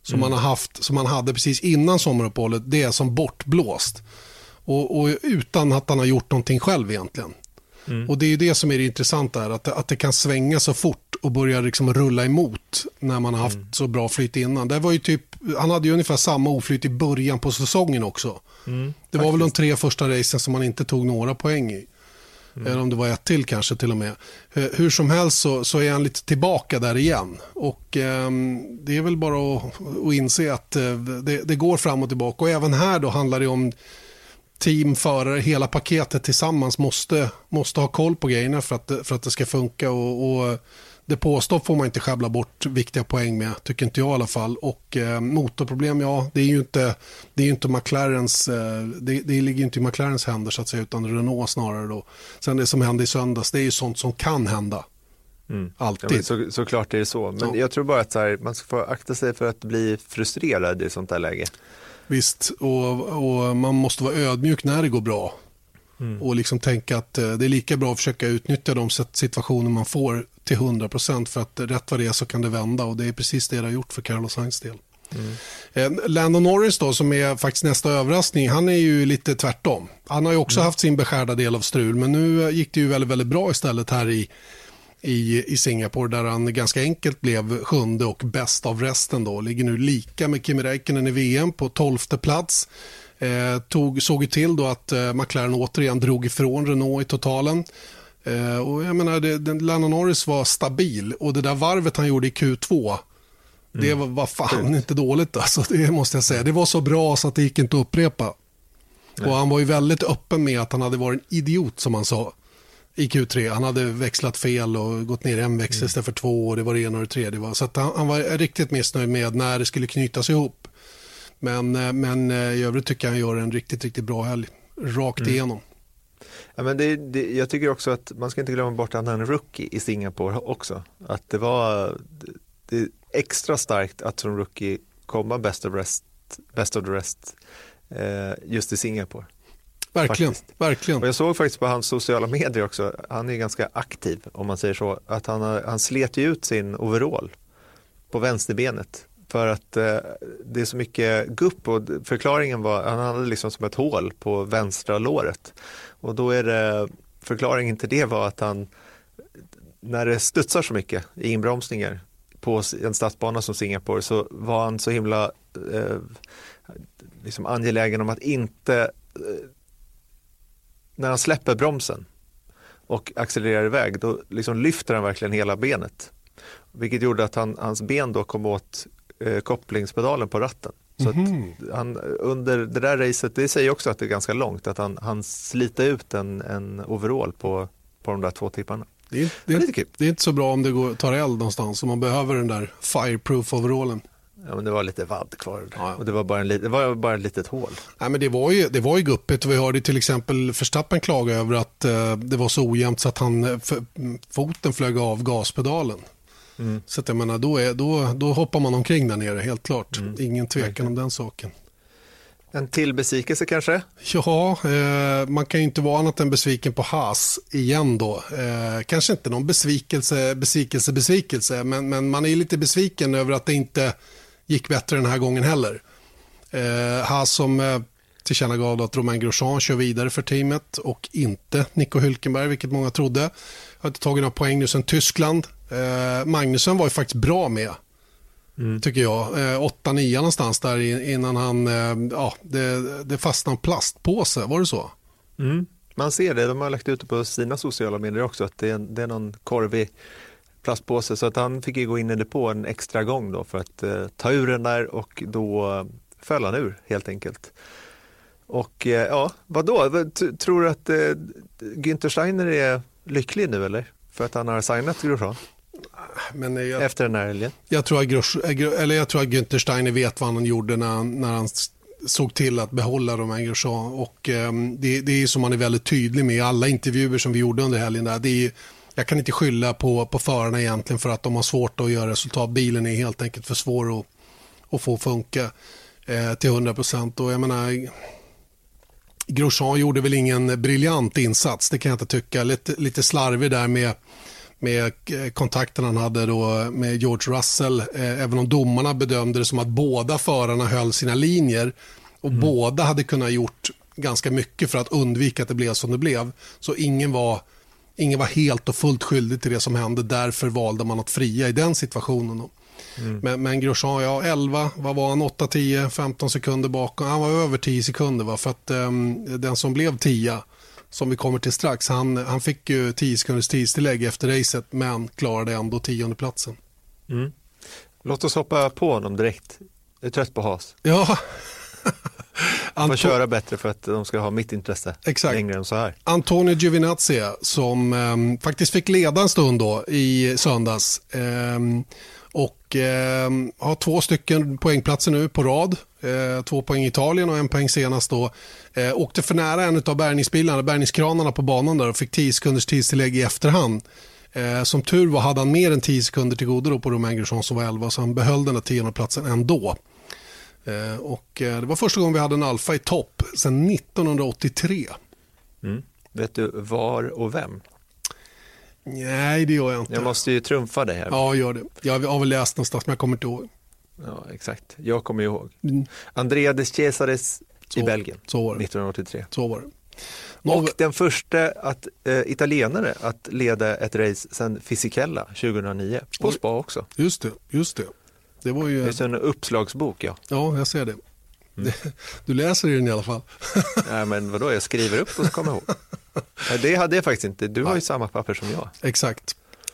som man hade precis innan sommaruppehållet, det är som bortblåst. Och utan att han har gjort någonting själv egentligen. Och det är ju det som är det intressanta här, att det kan svänga så fort och börja liksom rulla emot när man har haft så bra flyt innan. Det var ju han hade ju ungefär samma oflyt i början på säsongen också. Det var väl de 3 första racen som man inte tog några poäng i. Eller om det var ett till kanske till och med. Hur som helst så är han lite tillbaka där igen. Och det är väl bara att inse att det går fram och tillbaka. Och även här då handlar det om teamförare, hela paketet tillsammans måste ha koll på grejerna för att det ska funka. Och det påstår får man inte sjabbla bort viktiga poäng med, tycker inte jag i alla fall. Och motorproblem, ja, det är ju inte McLarens, det ligger inte i McLarens händer så att säga, utan Renault snarare då. Sen det som hände i söndags, det är ju sånt som kan hända. Alltid. Ja, såklart är det så. Men jag tror bara att man ska få akta sig för att bli frustrerad i sånt här läge. Visst, och man måste vara ödmjuk när det går bra. Och liksom tänka att det är lika bra att försöka utnyttja de situationer man får till 100%, för att rätt vad det är så kan det vända, och det är precis det har gjort för Carlos Sainz del. Lando Norris då, som är faktiskt nästa överraskning, han är ju lite tvärtom. Han har ju också haft sin beskärda del av strul, men nu gick det ju väldigt, väldigt bra istället här i Singapore, där han ganska enkelt blev 7:e och bäst av resten då. Ligger nu lika med Kimi Räikkönen i VM på 12:e plats. Såg ju till då att McLaren återigen drog ifrån Renault i totalen. Och jag menar, Lando Norris var stabil, och det där varvet han gjorde i Q2, det var fan inte dåligt alltså, det måste jag säga. Det var så bra så att det gick inte att upprepa. Och han var ju väldigt öppen med att han hade varit en idiot, som han sa i Q3. Han hade växlat fel och gått ner en växel istället för 2, och det var det ena och det tredje. Så att han var riktigt missnöjd med när det skulle knytas ihop. Men i övrigt tycker jag han gör en riktigt, riktigt bra helg. Rakt igenom. Ja, men jag tycker också att man ska inte glömma bort att han är en rookie i Singapore också. Att det är extra starkt att som rookie komma best of the rest just i Singapore. Verkligen. Och jag såg faktiskt på hans sociala medier också, han är ganska aktiv om man säger så, att han slet ju ut sin overall på vänsterbenet. För att det är så mycket gupp, och förklaringen var han hade liksom som ett hål på vänstra låret. Och då är det, förklaringen till det var att han, när det studsar så mycket i inbromsningar på en stadsbana som Singapore, så var han så himla liksom angelägen om att inte, när han släpper bromsen och accelererar iväg, då liksom lyfter han verkligen hela benet. Vilket gjorde att hans ben då kom åt kopplingspedalen på ratten. Så att han, under det där racet, det säger också att det är ganska långt, att han sliter ut en overall på de där 2 tipparna. Det är inte så bra om det tar eld någonstans, om man behöver den där fireproof overallen. Ja, men det var lite vadd kvar. Ja. Och det var bara ett litet hål. Nej, men det var ju guppigt. Vi hörde till exempel Verstappen klaga över att det var så ojämnt så att foten flög av gaspedalen. Så att jag menar, då hoppar man omkring där nere, helt klart. Ingen tvekan om den saken. En till besvikelse kanske? Ja, man kan ju inte vara annat än besviken på Haas igen då. Kanske inte någon besvikelse, men man är lite besviken över att det inte gick bättre den här gången heller. Haas som tillkännagav att Romain Grosjean kör vidare för teamet och inte Nico Hülkenberg, vilket många trodde. Har inte tagit några poäng nu sedan Tyskland. Magnussen var ju faktiskt bra med, tycker jag. 8-9 någonstans där innan han, det fastnade en plastpåse, var det så? Man ser det, de har lagt ut det på sina sociala medier också, att det är någon korvig plastpåse, så att han fick ju gå in i depå en extra gång då för att ta ur den där, och då föll han ur helt enkelt. Och vadå? Tror du att Günther Steiner är lycklig nu eller? För att han har signat Grosjean? Efter den här helgen. Jag tror att Günther Steiner vet vad han gjorde när han såg till att behålla Romain Grosjean, och det är som han är väldigt tydlig med i alla intervjuer som vi gjorde under helgen där. Jag kan inte skylla på förarna egentligen för att de har svårt att göra resultat. Bilen är helt enkelt för svår att få funka till 100%, och jag menar, Grosjean gjorde väl ingen briljant insats, det kan jag inte tycka. Lite slarvig där med kontakten han hade då med George Russell, även om domarna bedömde det som att båda förarna höll sina linjer och båda hade kunnat gjort ganska mycket för att undvika att det blev som det blev. Så ingen var helt och fullt skyldig till det som hände, därför valde man att fria i den situationen. Men Grosjean, 11, vad var han, 8, 10, 15 sekunder bakom, han var över 10 sekunder va? För att den som blev 10, som vi kommer till strax, han fick ju 10 sekunders tidstillägg efter racet, men klarade ändå 10:e platsen. Låt oss hoppa på honom direkt. Jag är trött på Haas. Ja. Får köra bättre för att de ska ha mitt intresse. Exakt. Längre än så här. Antonio Giovinazzi som faktiskt fick leda en stund då i söndags och har 2 stycken poängplatser nu på rad. 2 poäng i Italien och 1 poäng senast då. Åkte för nära en av bärgningskranarna på banan där och fick 10 sekunders tidstillägg i efterhand. Som tur var hade han mer än 10 sekunder till godo då på Romain Grosjean som var 11, så han behöll den där 10:e platsen ändå. Och det var första gången vi hade en Alfa i topp sedan 1983. Vet du var och vem? Nej, det gör jag inte. Jag måste ju trumfa dig här. Ja, gör det. Jag har väl läst någonstans, men jag kommer inte ihåg. Ja, exakt. Jag kommer ihåg. Andrea de Cesares i Belgien, 1983. Så var det. Och den första italienare att leda ett race sedan Fisichella 2009. På Spa också. Just det. Det var ju... Det är en uppslagsbok, ja. Ja, jag ser det. Du läser den i alla fall. Nej, men vadå? Jag skriver upp och så kommer jag ihåg. Det hade jag faktiskt inte. Du har ju samma papper som jag. Exakt.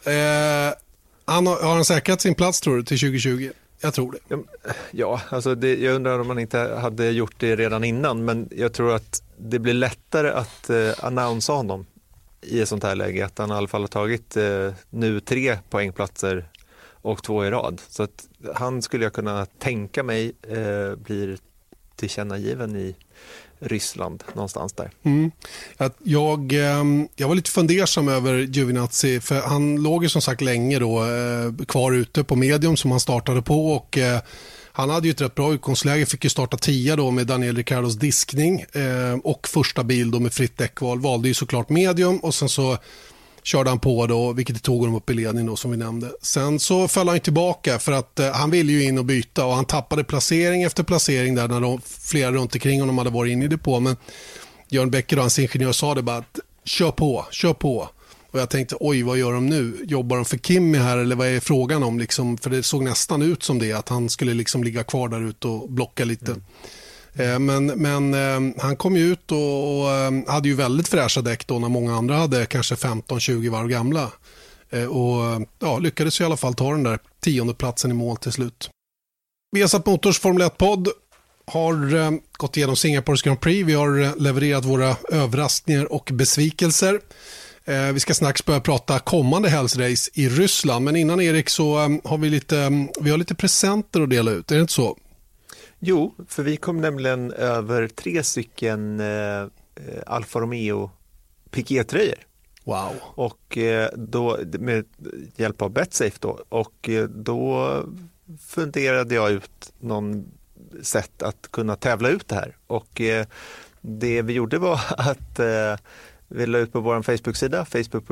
Har han säkrat sin plats, tror du, till 2020? Jag tror det. Ja, alltså jag undrar om man inte hade gjort det redan innan. Men jag tror att det blir lättare att annonsa honom i ett sånt här läge. Att han i alla fall har tagit nu 3 poängplatser och 2 i rad. Så att han skulle jag kunna tänka mig blir tillkännagiven i Ryssland någonstans där. Jag var lite fundersam över Giovinazzi, för han låg ju som sagt länge då kvar ute på medium som han startade på, och han hade ju ett rätt bra utgångsläge, fick ju starta 10 då med Daniel Ricciardos diskning och första bil då med fritt däckval, valde ju såklart medium och sen så körde han på då, vilket tog honom upp i ledning då, som vi nämnde. Sen så föll han tillbaka för att han ville ju in och byta, och han tappade placering efter placering där när flera runt omkring honom hade varit inne i det på. Men Björn Becker och hans ingenjör sa det bara att kör på. Och jag tänkte, oj, vad gör de nu? Jobbar de för Kimi här, eller vad är frågan om? Liksom, för det såg nästan ut som det, att han skulle liksom ligga kvar där ute och blocka lite. Men han kom ju ut och hade ju väldigt fräscha däck då, när många andra hade kanske 15-20 varv gamla. Och lyckades i alla fall ta den där 10:e platsen i mål till slut. Viasat Motors Formel 1-podd har gått igenom Singapores Grand Prix. Vi har levererat våra överraskningar och besvikelser. Vi ska snacks börja prata kommande helgsrace i Ryssland. Men innan, Erik, så har vi har lite presenter att dela ut. Är det inte så? Jo, för vi kom nämligen över 3 stycken Alfa Romeo Piquet-tröjor. Wow. Och då med hjälp av Betsafe då. Och då funderade jag ut någon sätt att kunna tävla ut det här. Och det vi gjorde var att vi la ut på vår Facebook-sida,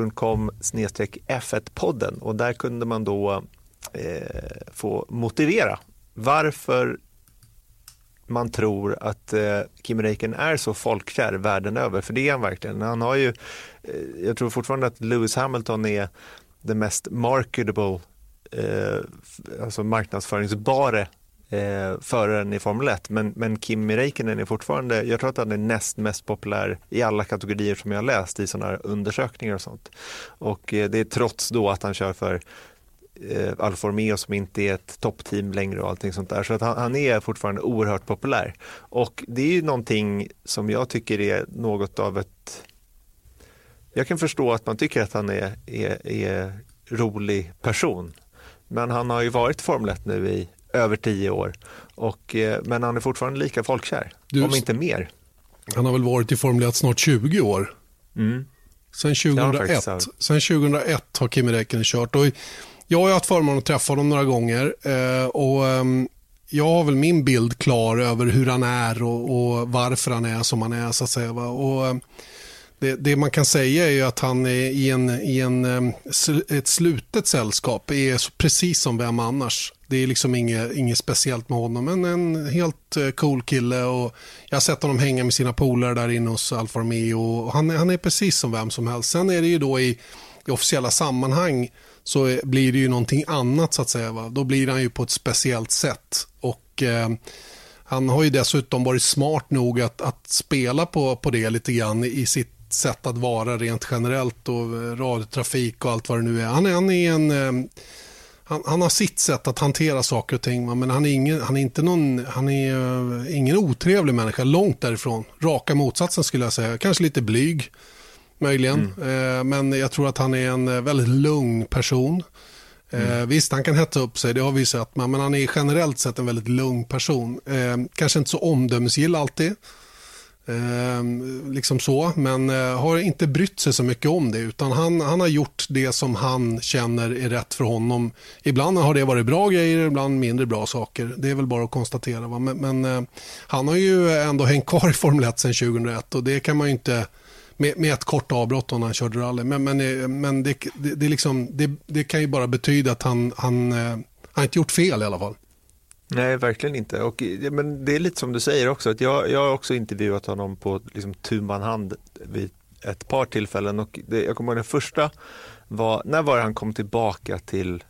facebook.com/F1podden, och där kunde man då få motivera varför man tror att Kimi Räikkönen är så folkkär världen över, för det är han verkligen. Han har ju, jag tror fortfarande att Lewis Hamilton är det mest marketable, alltså marknadsföringsbara föraren i Formel 1, men Kimi Räikkönen är fortfarande, jag tror att han är näst mest populär i alla kategorier som jag har läst i sådana här undersökningar och sånt. Och det är trots då att han kör för Alfa Romeo som inte är ett toppteam längre och allting sånt där. Så att han är fortfarande oerhört populär. Och det är ju någonting som jag tycker är något av ett... Jag kan förstå att man tycker att han är rolig person. Men han har ju varit Formel 1 nu i över 10 år. Men han är fortfarande lika folkkär, om inte mer. Han har väl varit i Formel 1 snart 20 år. Sen 2001 har Kimi Räikkönen kört. Och jag har haft förmånen att träffa honom några gånger. Och jag har väl min bild klar över hur han är och varför han är som han är, så att säga. Och Det man kan säga är ju att han är i ett slutet sällskap är precis som vem annars. Det är liksom inget speciellt med honom, men en helt cool kille, och jag har sett honom hänga med sina polare där inne hos Alfa Romeo, och han är precis som vem som helst. Sen är det ju då i officiella sammanhang så blir det ju någonting annat så att säga, va? Då blir han ju på ett speciellt sätt, och han har ju dessutom varit smart nog att spela på det lite grann i sitt sätt att vara rent generellt, och radiotrafik och allt vad det nu är. Han har sitt sätt att hantera saker och ting, men han är ingen otrevlig människa, långt därifrån. Raka motsatsen skulle jag säga. Kanske lite blyg möjligen, men jag tror att han är en väldigt lugn person. Visst, han kan hetsa upp sig, det har vi sett, men han är generellt sett en väldigt lugn person. Kanske inte så omdömesgill alltid, liksom så, men har inte brytt sig så mycket om det, utan han har gjort det som han känner är rätt för honom. Ibland har det varit bra grejer, ibland mindre bra saker. Det är väl bara att konstatera, va? Men han har ju ändå hängt kvar i Formel 1 sedan 2001, och det kan man ju inte med ett kort avbrott när han körde rally, men det liksom, det kan ju bara betyda att han inte gjort fel i alla fall. Nej, verkligen inte. Men det är lite som du säger också, att jag har också intervjuat honom på liksom tu man hand vid ett par tillfällen, och jag kommer ihåg den första när var han kom tillbaka till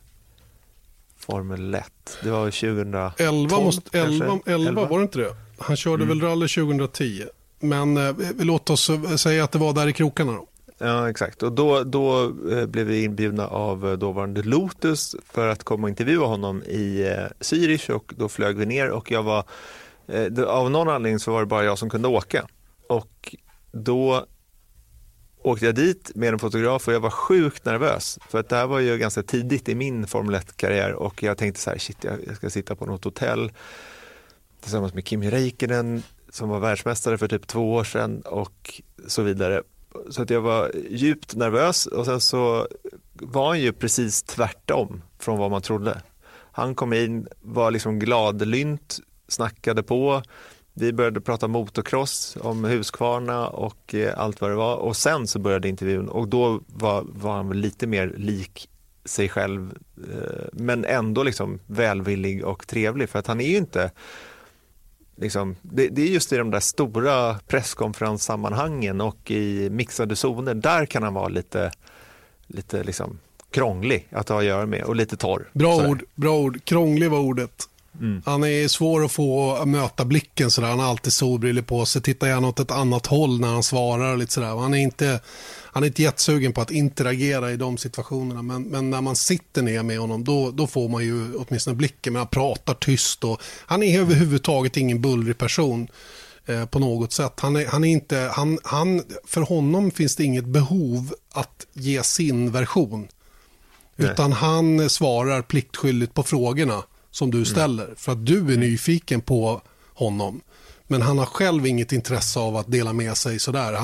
Formel 1? Det var 2012. 11 var det inte det? Han körde väl rally 2010. Men låt oss säga att det var där i krokarna då. Ja, exakt. Och då blev vi inbjudna av dåvarande Lotus för att komma och intervjua honom i Zürich, och då flög vi ner, och jag var av någon anledning så var det bara jag som kunde åka. Och då åkte jag dit med en fotograf, och jag var sjukt nervös, för att det här var ju ganska tidigt i min Formel 1-karriär, och jag tänkte så här, shit, jag ska sitta på något hotell tillsammans med Kimi Räikkönen som var världsmästare för typ 2 år sedan och så vidare. Så att jag var djupt nervös, och sen så var han ju precis tvärtom från vad man trodde. Han kom in, var liksom gladlynt, snackade på. Vi började prata motocross, om Husqvarna och allt vad det var. Och sen så började intervjun, och då var han väl lite mer lik sig själv, men ändå liksom välvillig och trevlig, för att han är ju inte liksom, det är just i de där stora presskonferenssammanhangen och i mixade zoner, där kan han vara lite liksom krånglig att ha att göra med, och lite torr. Bra ord. Krånglig var ordet. Han är svår att få möta blicken sådär. Han har alltid solbriller på sig, tittar gärna åt ett annat håll när han svarar lite sådär. Han är inte jättesugen på att interagera i de situationerna, men när man sitter ner med honom då får man ju åtminstone blicken, men han pratar tyst, och han är överhuvudtaget ingen bullrig person på något sätt. Han är inte, för honom finns det inget behov att ge sin version. Nej. Utan han svarar pliktskyldigt på frågorna som du ställer, för att du är nyfiken på honom, men han har själv inget intresse av att dela med sig sådär.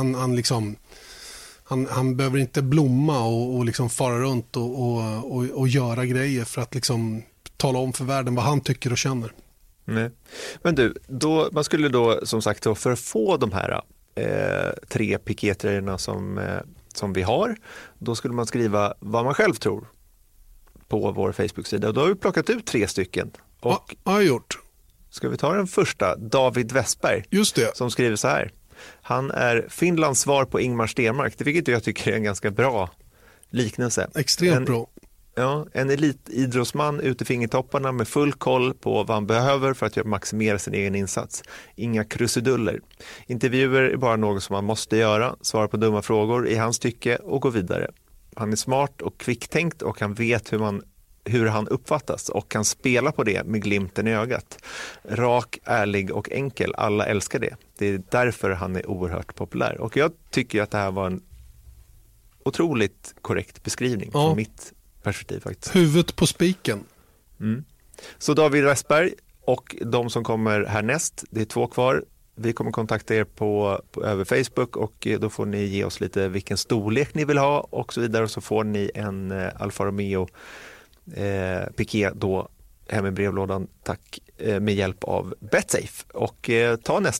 Han behöver inte blomma och liksom fara runt och göra grejer för att liksom tala om för världen vad han tycker och känner. Nej. Men du, man skulle då som sagt för att få de här 3 piketröjorna som vi har, då skulle man skriva vad man själv tror på vår Facebook-sida, och då har vi plockat ut 3 stycken. Och jag har gjort. Ska vi ta den första? David Westberg. Just det. Som skriver så här. Han är Finlands svar på Ingmar Stenmark. Det vilket jag tycker är en ganska bra liknelse. Extremt bra. Ja, en elitidrottsman ute i fingertopparna med full koll på vad han behöver för att maximera sin egen insats. Inga krusiduller. Intervjuer är bara något som man måste göra. Svara på dumma frågor i hans tycke och gå vidare. Han är smart och kvicktänkt, och han vet hur han uppfattas och kan spela på det med glimten i ögat. Rak, ärlig och enkel. Alla älskar det. Det är därför han är oerhört populär. Och jag tycker att det här var en otroligt korrekt beskrivning från mitt perspektiv faktiskt. Huvudet på spiken. Så David Westberg och de som kommer härnäst, det är 2 kvar. Vi kommer kontakta er på över Facebook, och då får ni ge oss lite vilken storlek ni vill ha och så vidare, och så får ni en Alfa Romeo Piqué då hem i brevlådan, tack, med hjälp av Betsafe. Och ta nästa.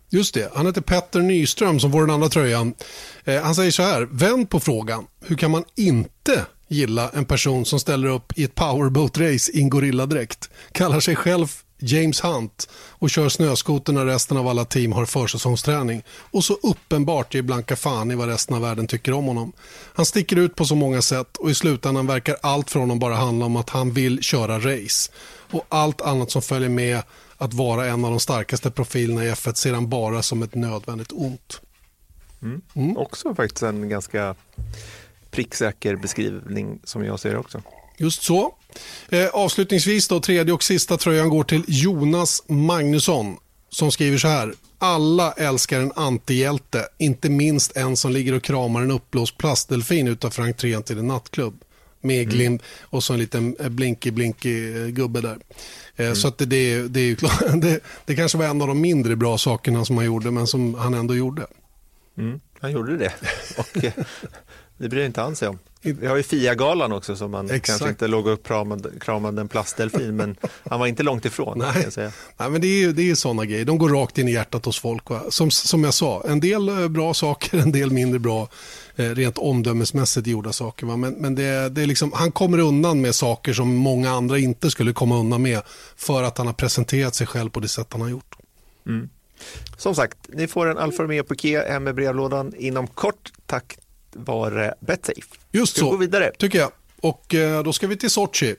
Just det, han heter Petter Nyström som får den andra tröjan. Han säger så här, vänd på frågan. Hur kan man inte gilla en person som ställer upp i ett powerboat-race i en gorilladräkt? Kallar sig själv James Hunt och kör snöskoter när resten av alla team har försäsongsträning. Och så uppenbart ger blanka fan i vad resten av världen tycker om honom. Han sticker ut på så många sätt och i slutändan verkar allt för honom bara handla om att han vill köra race. Och allt annat som följer med att vara en av de starkaste profilerna i F1 ser han bara som ett nödvändigt ont. Också faktiskt en ganska pricksäker beskrivning som jag ser också. Just så. Avslutningsvis då, tredje och sista tröjan går till Jonas Magnusson som skriver så här. Alla älskar en antihjälte, inte minst en som ligger och kramar en uppblåst plastdelfin utanför entrén till en nattklubb. Med glim och så en liten blinky gubbe där. Så att det är ju klart, det kanske var en av de mindre bra sakerna som han gjorde, men som han ändå gjorde. Han gjorde det och det bryr inte han sig om. Vi har ju FIA-galan också som man kanske inte låg upp kramade en plastdelfin, men han var inte långt ifrån. Nej, men det är ju sådana grejer. De går rakt in i hjärtat hos folk. Va? Som jag sa, en del bra saker, en del mindre bra rent omdömesmässigt gjorda saker. Va? Men det är liksom, han kommer undan med saker som många andra inte skulle komma undan med för att han har presenterat sig själv på det sätt han har gjort. Som sagt, ni får en Alfa Romeo Piqué hem i brevlådan inom kort. Tack vare Betsafe. Just så, gå vidare? Tycker jag. Och då ska vi till Sochi.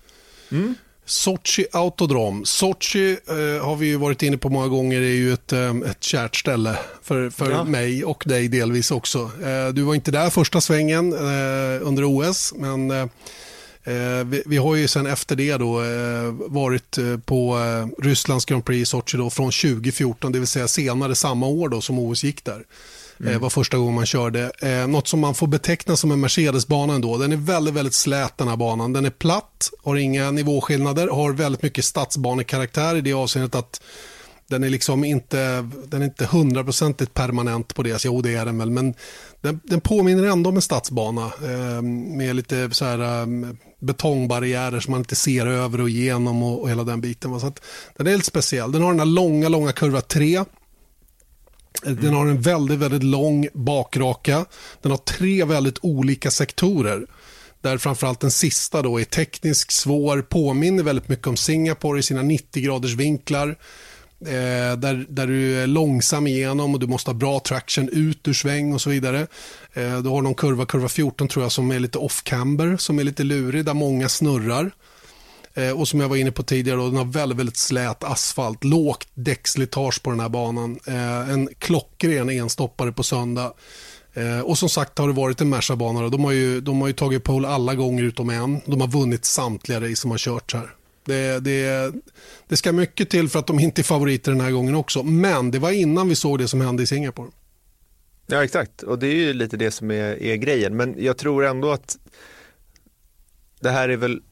Sochi Autodrom. Sochi har vi ju varit inne på många gånger, är ju ett kärt ställe för mig och dig delvis också. Du var inte där första svängen under OS, men vi har ju sen efter det då varit på Rysslands Grand Prix i Sochi då från 2014, det vill säga senare samma år då som OS gick där. Var första gången man körde. Något som man får beteckna som en Mercedes-bana ändå. Den är väldigt, väldigt slät den här banan. Den är platt, har inga nivåskillnader, har väldigt mycket stadsbanekaraktär i det avseendet att den är liksom inte 100% permanent på det. Så jo, det är den väl, men den påminner ändå om en stadsbana med lite så här betongbarriärer som man inte ser över och igenom och hela den biten. Så att den är lite speciell. Den har den här långa kurva 3. Den har en väldigt, väldigt lång bakraka. Den har 3 väldigt olika sektorer. Där framförallt den sista då är tekniskt svår. Påminner väldigt mycket om Singapore i sina 90 graders vinklar. Där du är långsam igenom och du måste ha bra traction ut ur sväng och så vidare. Du har någon kurva 14 tror jag som är lite off-camber, som är lite lurig, där många snurrar. Och som jag var inne på tidigare då, den har väldigt, väldigt slät asfalt, lågt däckslitage på den här banan. En klockren enstoppare på söndag. Och som sagt har det varit en Merca-bana. De har ju tagit pole alla gånger utom en. De har vunnit samtliga race som har kört här. Det ska mycket till för att de inte är favoriter den här gången också. Men det var innan vi såg det som hände i Singapore. Ja, exakt. Och det är ju lite det som är grejen. Men jag tror ändå att det här är väl...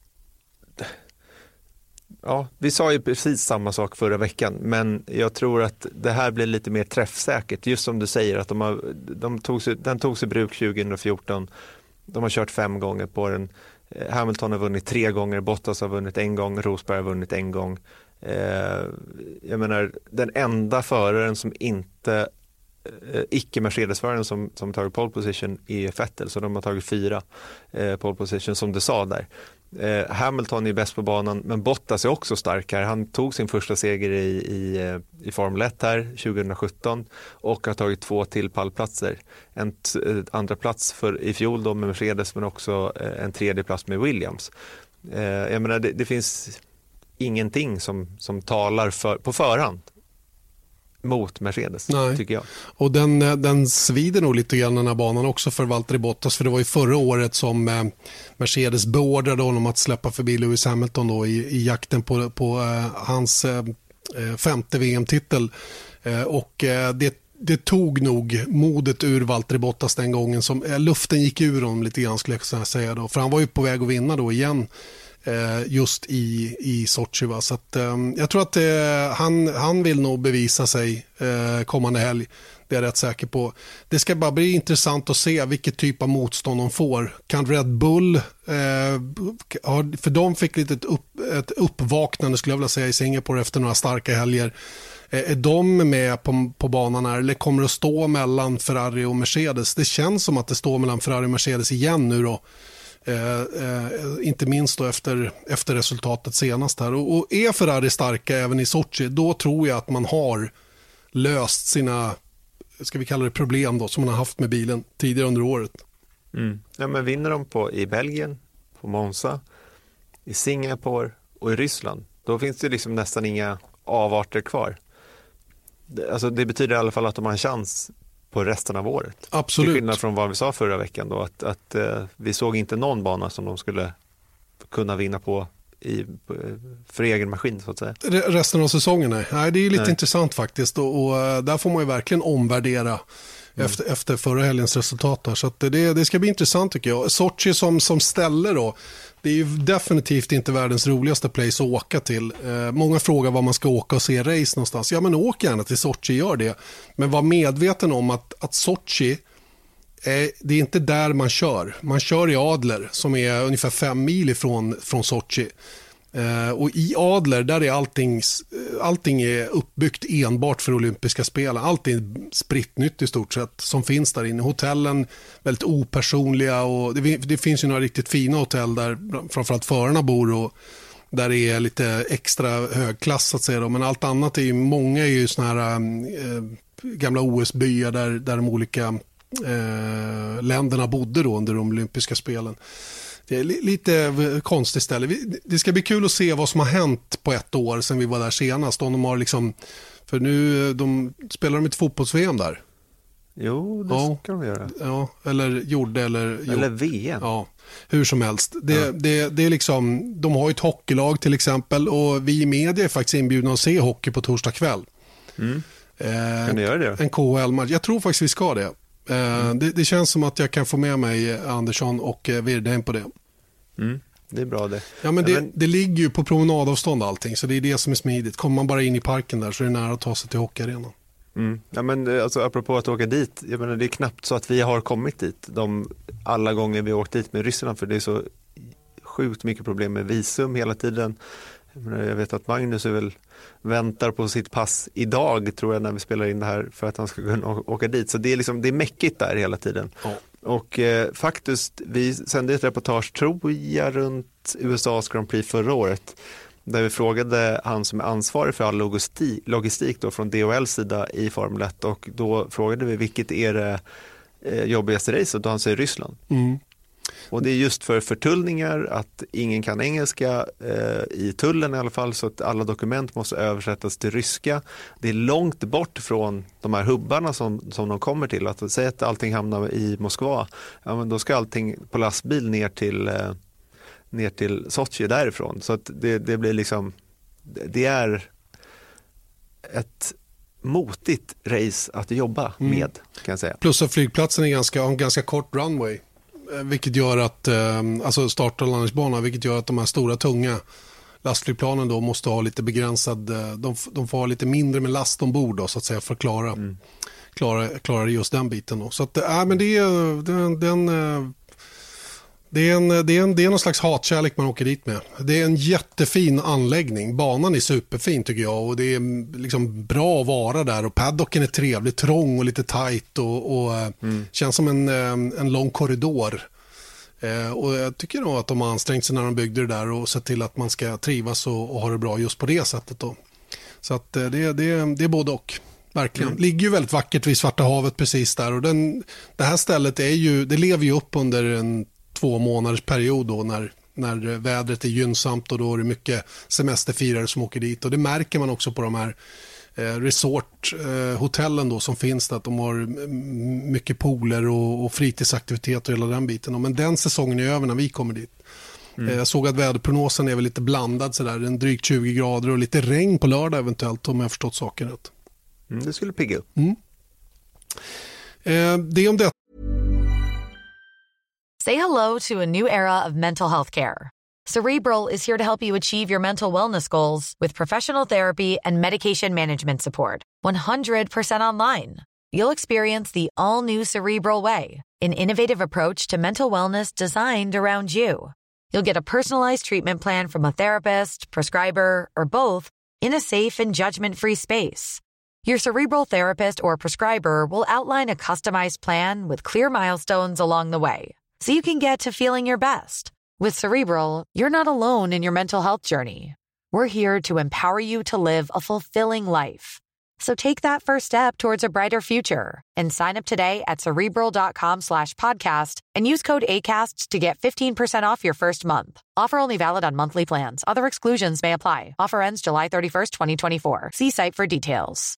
Ja, vi sa ju precis samma sak förra veckan, men jag tror att det här blir lite mer träffsäkert. Just som du säger, att den togs i bruk 2014. De har kört 5 gånger på den. Hamilton har vunnit 3 gånger, Bottas har vunnit 1 gång, Rosberg har vunnit 1 gång. Jag menar, den enda föraren som inte icke-Mercedes-föraren som tagit pole position är Vettel, så de har tagit 4 pole position som du sa där. Hamilton är bäst på banan, men Bottas är också stark här. Han tog sin första seger i Formel 1 här 2017 och har tagit 2 till pallplatser. En andra plats i fjol då med Mercedes, men också en 3:e plats med Williams. Jag menar, det finns ingenting som talar på förhand mot Mercedes. Nej. Tycker jag. Och den svider nog lite grann den här banan också för Valtteri Bottas, för det var ju förra året som Mercedes beordrade honom att släppa förbi Lewis Hamilton då i jakten på hans 5:e VM-titel. Och det tog nog modet ur Valtteri Bottas den gången, som luften gick ur honom lite grann, skulle jag säga då, för han var ju på väg att vinna då igen just i Sochi, va? Så att, jag tror att han vill nog bevisa sig kommande helg. Det är jag rätt säker på. Det ska bara bli intressant att se vilket typ av motstånd de får. Kan Red Bull för de fick lite ett uppvaknande, skulle jag vilja säga, i Singapore efter några starka helger. Är de med på banan här, eller kommer det att stå mellan Ferrari och Mercedes? Det känns som att det står mellan Ferrari och Mercedes igen nu då. Inte minst då efter resultatet senast här. Och är Ferrari starka även i Sochi, då tror jag att man har löst sina, ska vi kalla det, problem då, som man har haft med bilen tidigare under året. Ja, men vinner de i Belgien, på Monza, i Singapore och i Ryssland, då finns det liksom nästan inga avarter kvar. Alltså det betyder i alla fall att de har en chans på resten av året. Absolut. Till skillnad från vad vi sa förra veckan då, att vi såg inte någon bana som de skulle kunna vinna på för egen maskin så att säga. Resten av säsongen, nej, det är lite intressant faktiskt och där får man ju verkligen omvärdera efter förra helgens resultat där. Så att det ska bli intressant tycker jag. Sochi som ställe då, det är ju definitivt inte världens roligaste place att åka till. Många frågar var man ska åka och se race någonstans. Ja, men åk gärna till Sochi, gör det. Men var medveten om att Sochi, det är inte där man kör. Man kör i Adler som är ungefär 5 mil ifrån Sochi. Och i Adler där är allting är uppbyggt enbart för olympiska spel. Allt är spritt nytt i stort sett som finns där inne. Hotellen väldigt opersonliga och det finns ju några riktigt fina hotell där framförallt förarna bor och där det är lite extra högklass så att säga då. Men allt annat är ju, många är ju såna här gamla OS-byar där de olika länderna bodde då under de olympiska spelen. Det är lite konstigt ställe. Det ska bli kul att se vad som har hänt på ett år sedan vi var där senast. Om de har liksom, för nu spelar de ett fotbolls-VM där. Jo, det ska de göra. Ja, eller VM. Ja, hur som helst. Det är liksom, de har ju ett hockeylag till exempel och vi i media är faktiskt inbjudna att se hockey på torsdag kväll. Kan ni göra det? En KHL-match. Jag tror faktiskt vi ska det. Det känns som att jag kan få med mig Andersson och Wirdheim på det. Det är bra det. Ja, men det ligger ju på promenadavstånd allting, så det är det som är smidigt. Kommer man bara in i parken där så är det nära att ta sig till hockeyarenan. Ja, men alltså, apropå att åka dit, jag menar, det är knappt så att vi har kommit dit alla gånger vi har åkt dit med Ryssland, för det är så sjukt mycket problem med visum hela tiden. Jag vet att Magnus väntar på sitt pass idag tror jag när vi spelar in det här för att han ska kunna åka dit. Så det är mäckigt där hela tiden. Ja. Och faktiskt, vi sände ett reportage tror jag runt USAs Grand Prix förra året där vi frågade han som är ansvarig för all logistik då från DHLs sida i Formel 1 och då frågade vi vilket är det jobbigaste racet och då han säger Ryssland. Och det är just för förtullningar att ingen kan engelska i tullen i alla fall så att alla dokument måste översättas till ryska. Det är långt bort från de här hubbarna som de kommer till. Att säga att allting hamnar i Moskva, ja, men då ska allting på lastbil ner till Sochi därifrån. Så att det blir liksom, det är ett motigt race att jobba med kan jag säga. Plus att flygplatsen har en ganska kort runway. Vilket gör att, alltså start- och landningsbana, vilket gör att de här stora tunga lastflygplanen då måste ha lite begränsad, de får ha lite mindre med last ombord då så att säga för att klara just den biten då. Så att, men det är någon slags hatkärlek man åker dit med. Det är en jättefin anläggning. Banan är superfin tycker jag och det är liksom bra att vara där och paddocken är trevlig, trång och lite tight och känns som en lång korridor. Och jag tycker nog att de har ansträngt sig när de byggde det där och sett till att man ska trivas och ha det bra just på det sättet då. Så att det är både och. Verkligen. Ligger ju väldigt vackert vid Svarta havet precis där och det här stället det lever ju upp under en 2 månaders period då när vädret är gynnsamt och då är det mycket semesterfirare som åker dit och det märker man också på de här resorthotellen då som finns där att de har mycket pooler och fritidsaktiviteter och hela den biten. Men den säsongen är över när vi kommer dit. Jag såg att väderprognosen är väl lite blandad sådär, en drygt 20 grader och lite regn på lördag eventuellt om jag har förstått saken rätt. Det skulle pigga upp. Det om det. Say hello to a new era of mental health care. Cerebral is here to help you achieve your mental wellness goals with professional therapy and medication management support. 100% online. You'll experience the all-new Cerebral Way, an innovative approach to mental wellness designed around you. You'll get a personalized treatment plan from a therapist, prescriber, or both in a safe and judgment-free space. Your Cerebral therapist or prescriber will outline a customized plan with clear milestones along the way, so you can get to feeling your best. With Cerebral, you're not alone in your mental health journey. We're here to empower you to live a fulfilling life. So take that first step towards a brighter future and sign up today at Cerebral.com/podcast and use code ACAST to get 15% off your first month. Offer only valid on monthly plans. Other exclusions may apply. Offer ends July 31st, 2024. See site for details.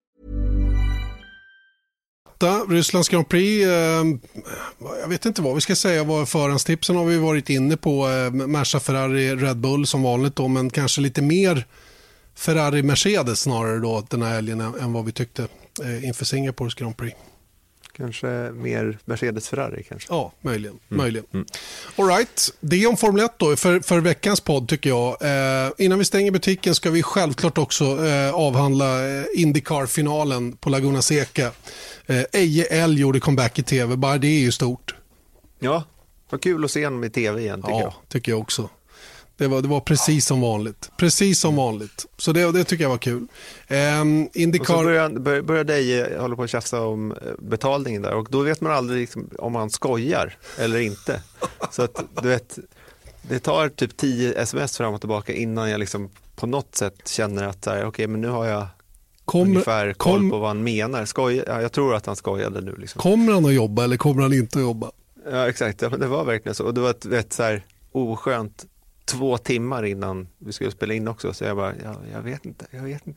Rysslands Grand Prix, jag vet inte vad vi ska säga, vad förhandstipsen har vi varit inne på. Merca, Ferrari, Red Bull som vanligt då, men kanske lite mer Ferrari, Mercedes snarare då den här helgen än vad vi tyckte inför Singapores Grand Prix. Kanske mer Mercedes, Ferrari kanske? Ja, möjligen. All right, det är om Formel 1 då för veckans podd tycker jag. Innan vi stänger butiken ska vi självklart också avhandla IndyCar-finalen på Laguna Seca. Eje L gjorde comeback i tv, bara det är ju stort. Ja, vad kul att se honom i tv igen tycker jag. Ja, tycker jag också. Det var precis som vanligt. Precis som vanligt. Så det tycker jag var kul. IndyCar... Och så började Eje hålla på att tjafsa om betalningen där. Och då vet man aldrig liksom, om han skojar eller inte. Så att du vet, det tar typ 10 sms fram och tillbaka innan jag liksom på något sätt känner att okej, men nu har jag ungefär koll på vad han menar. Jag tror att han skojade nu. Liksom. Kommer han att jobba eller kommer han inte att jobba? Ja, exakt. Det var verkligen så. Och det var ett så här oskönt 2 timmar innan vi skulle spela in också, så jag bara, jag vet inte.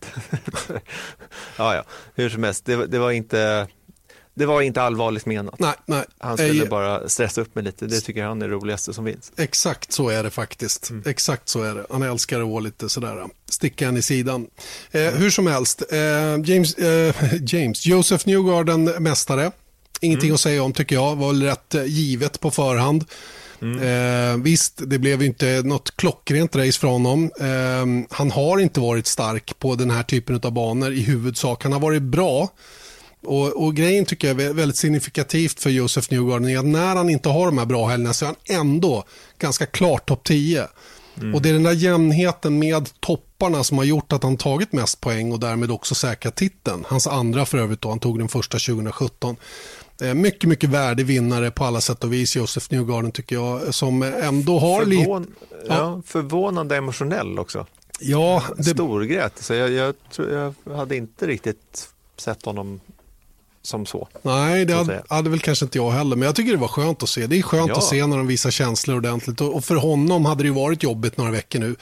ja, hur som helst, det var inte allvarligt menat. Nej. Han skulle bara stressa upp mig lite, det tycker han är det roligaste som finns. Exakt så är det faktiskt, exakt så är det. Han älskar att vara lite sådär, sticka han i sidan. Hur som helst, Joseph Newgarden mästare, ingenting att säga om tycker jag, var rätt givet på förhand. Visst, det blev inte något klockrent race från honom. Han har inte varit stark på den här typen av banor i huvudsak. Han har varit bra. Och grejen tycker jag är väldigt signifikativt för Joseph Newgarden är att när han inte har de här bra helgerna så är han ändå ganska klart topp 10. Och det är den där jämnheten med topparna som har gjort att han tagit mest poäng och därmed också säkrat titeln. Hans andra för övrigt då, han tog den första 2017. Mycket, mycket värdig vinnare på alla sätt och vis, Joseph Newgarden tycker jag, som ändå har förvånande emotionell också. Ja, storgrät. Så jag tror jag hade inte riktigt sett honom som så. Nej, det hade väl kanske inte jag heller, men jag tycker det var skönt att se. Det är skönt att se när de visar känslor ordentligt, och för honom hade det ju varit jobbigt några veckor nu.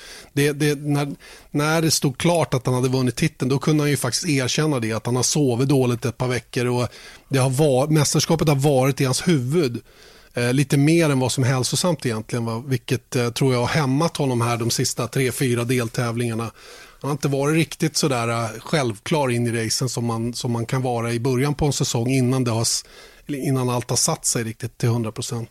När det stod klart att han hade vunnit titeln, då kunde han ju faktiskt erkänna det, att han har sovit dåligt ett par veckor och mästerskapet har varit i hans huvud lite mer än vad som är hälsosamt egentligen, vilket tror jag har hämmat honom här de sista 3-4 deltävlingarna. Han har inte varit riktigt sådär självklar in i racen som man kan vara i början på en säsong innan allt har satt sig riktigt till 100%.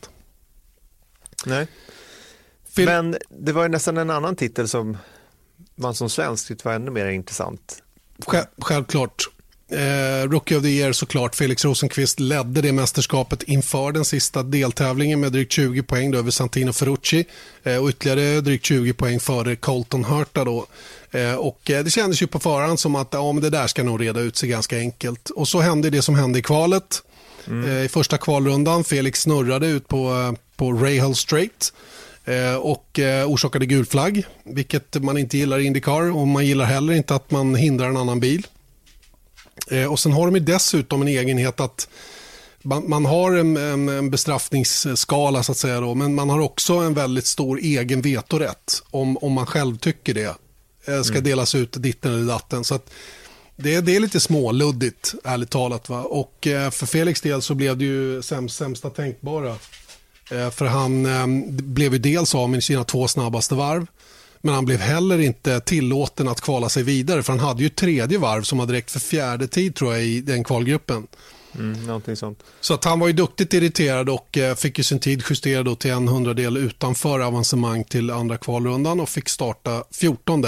Nej. Men det var ju nästan en annan titel som man som svensk tyckte var ännu mer intressant. Självklart. Rookie of the Year såklart. Felix Rosenqvist ledde det mästerskapet inför den sista deltävlingen med drygt 20 poäng då över Santino Ferrucci och ytterligare drygt 20 poäng före Colton Herta då. Och det kändes ju på förhand som att men det där ska nog reda ut sig ganska enkelt. Och så hände det som hände i kvalet. I första kvalrundan Felix snurrade ut på Rahal Straight och orsakade gul flagg, vilket man inte gillar i IndyCar, och man gillar heller inte att man hindrar en annan bil. Och sen har de ju dessutom en egenhet att man har en bestraffningsskala så att säga då, men man har också en väldigt stor egen vetorätt om man själv tycker det ska delas ut ditten eller datten. Så att det är lite småluddigt ärligt talat va? Och för Felix del så blev det ju sämsta tänkbara, för han blev ju dels av med sina 2 snabbaste varv, men han blev heller inte tillåten att kvala sig vidare, för han hade ju 3:e varv som var direkt för 4:e tid tror jag i den kvalgruppen. Någonting sånt. Så att han var ju duktigt irriterad och fick ju sin tid justerad då till 100-del utanför avancemang till andra kvalrundan och fick starta 14:e.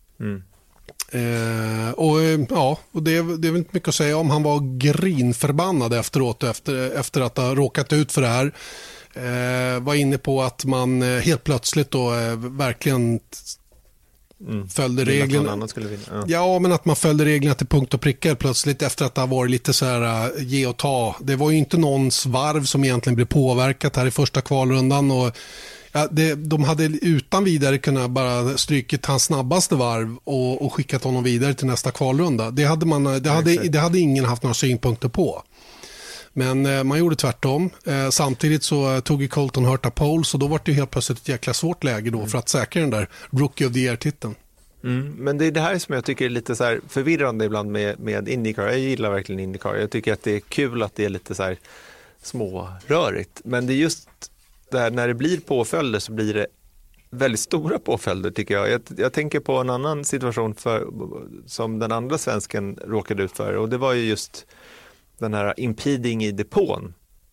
Och det är väl inte mycket att säga om. Han var grinförbannad efteråt efter att ha råkat ut för det här. Var inne på att man helt plötsligt då verkligen följde reglerna. Ja, men att man följde reglerna till punkt och pricka plötsligt efter att det har varit lite så här ge och ta. Det var ju inte någons varv som egentligen blev påverkat här i första kvalrundan och de hade utan vidare kunnat bara strykit hans snabbaste varv och skickat honom vidare till nästa kvalrunda. Det hade ingen haft några synpunkter på. Men man gjorde tvärtom. Samtidigt så tog ju Colton Herta pole, så då var det ju helt plötsligt ett jäkla svårt läge då för att säkra den där Rookie of the Year-titeln. Men det är det här som jag tycker är lite så här förvirrande ibland med IndyCar. Jag gillar verkligen IndyCar. Jag tycker att det är kul att det är lite så här smårörigt. Men det är just där när det blir påföljder så blir det väldigt stora påföljder tycker jag. Jag tänker på en annan situation som den andra svensken råkade ut för, och det var ju just den här impeding i depån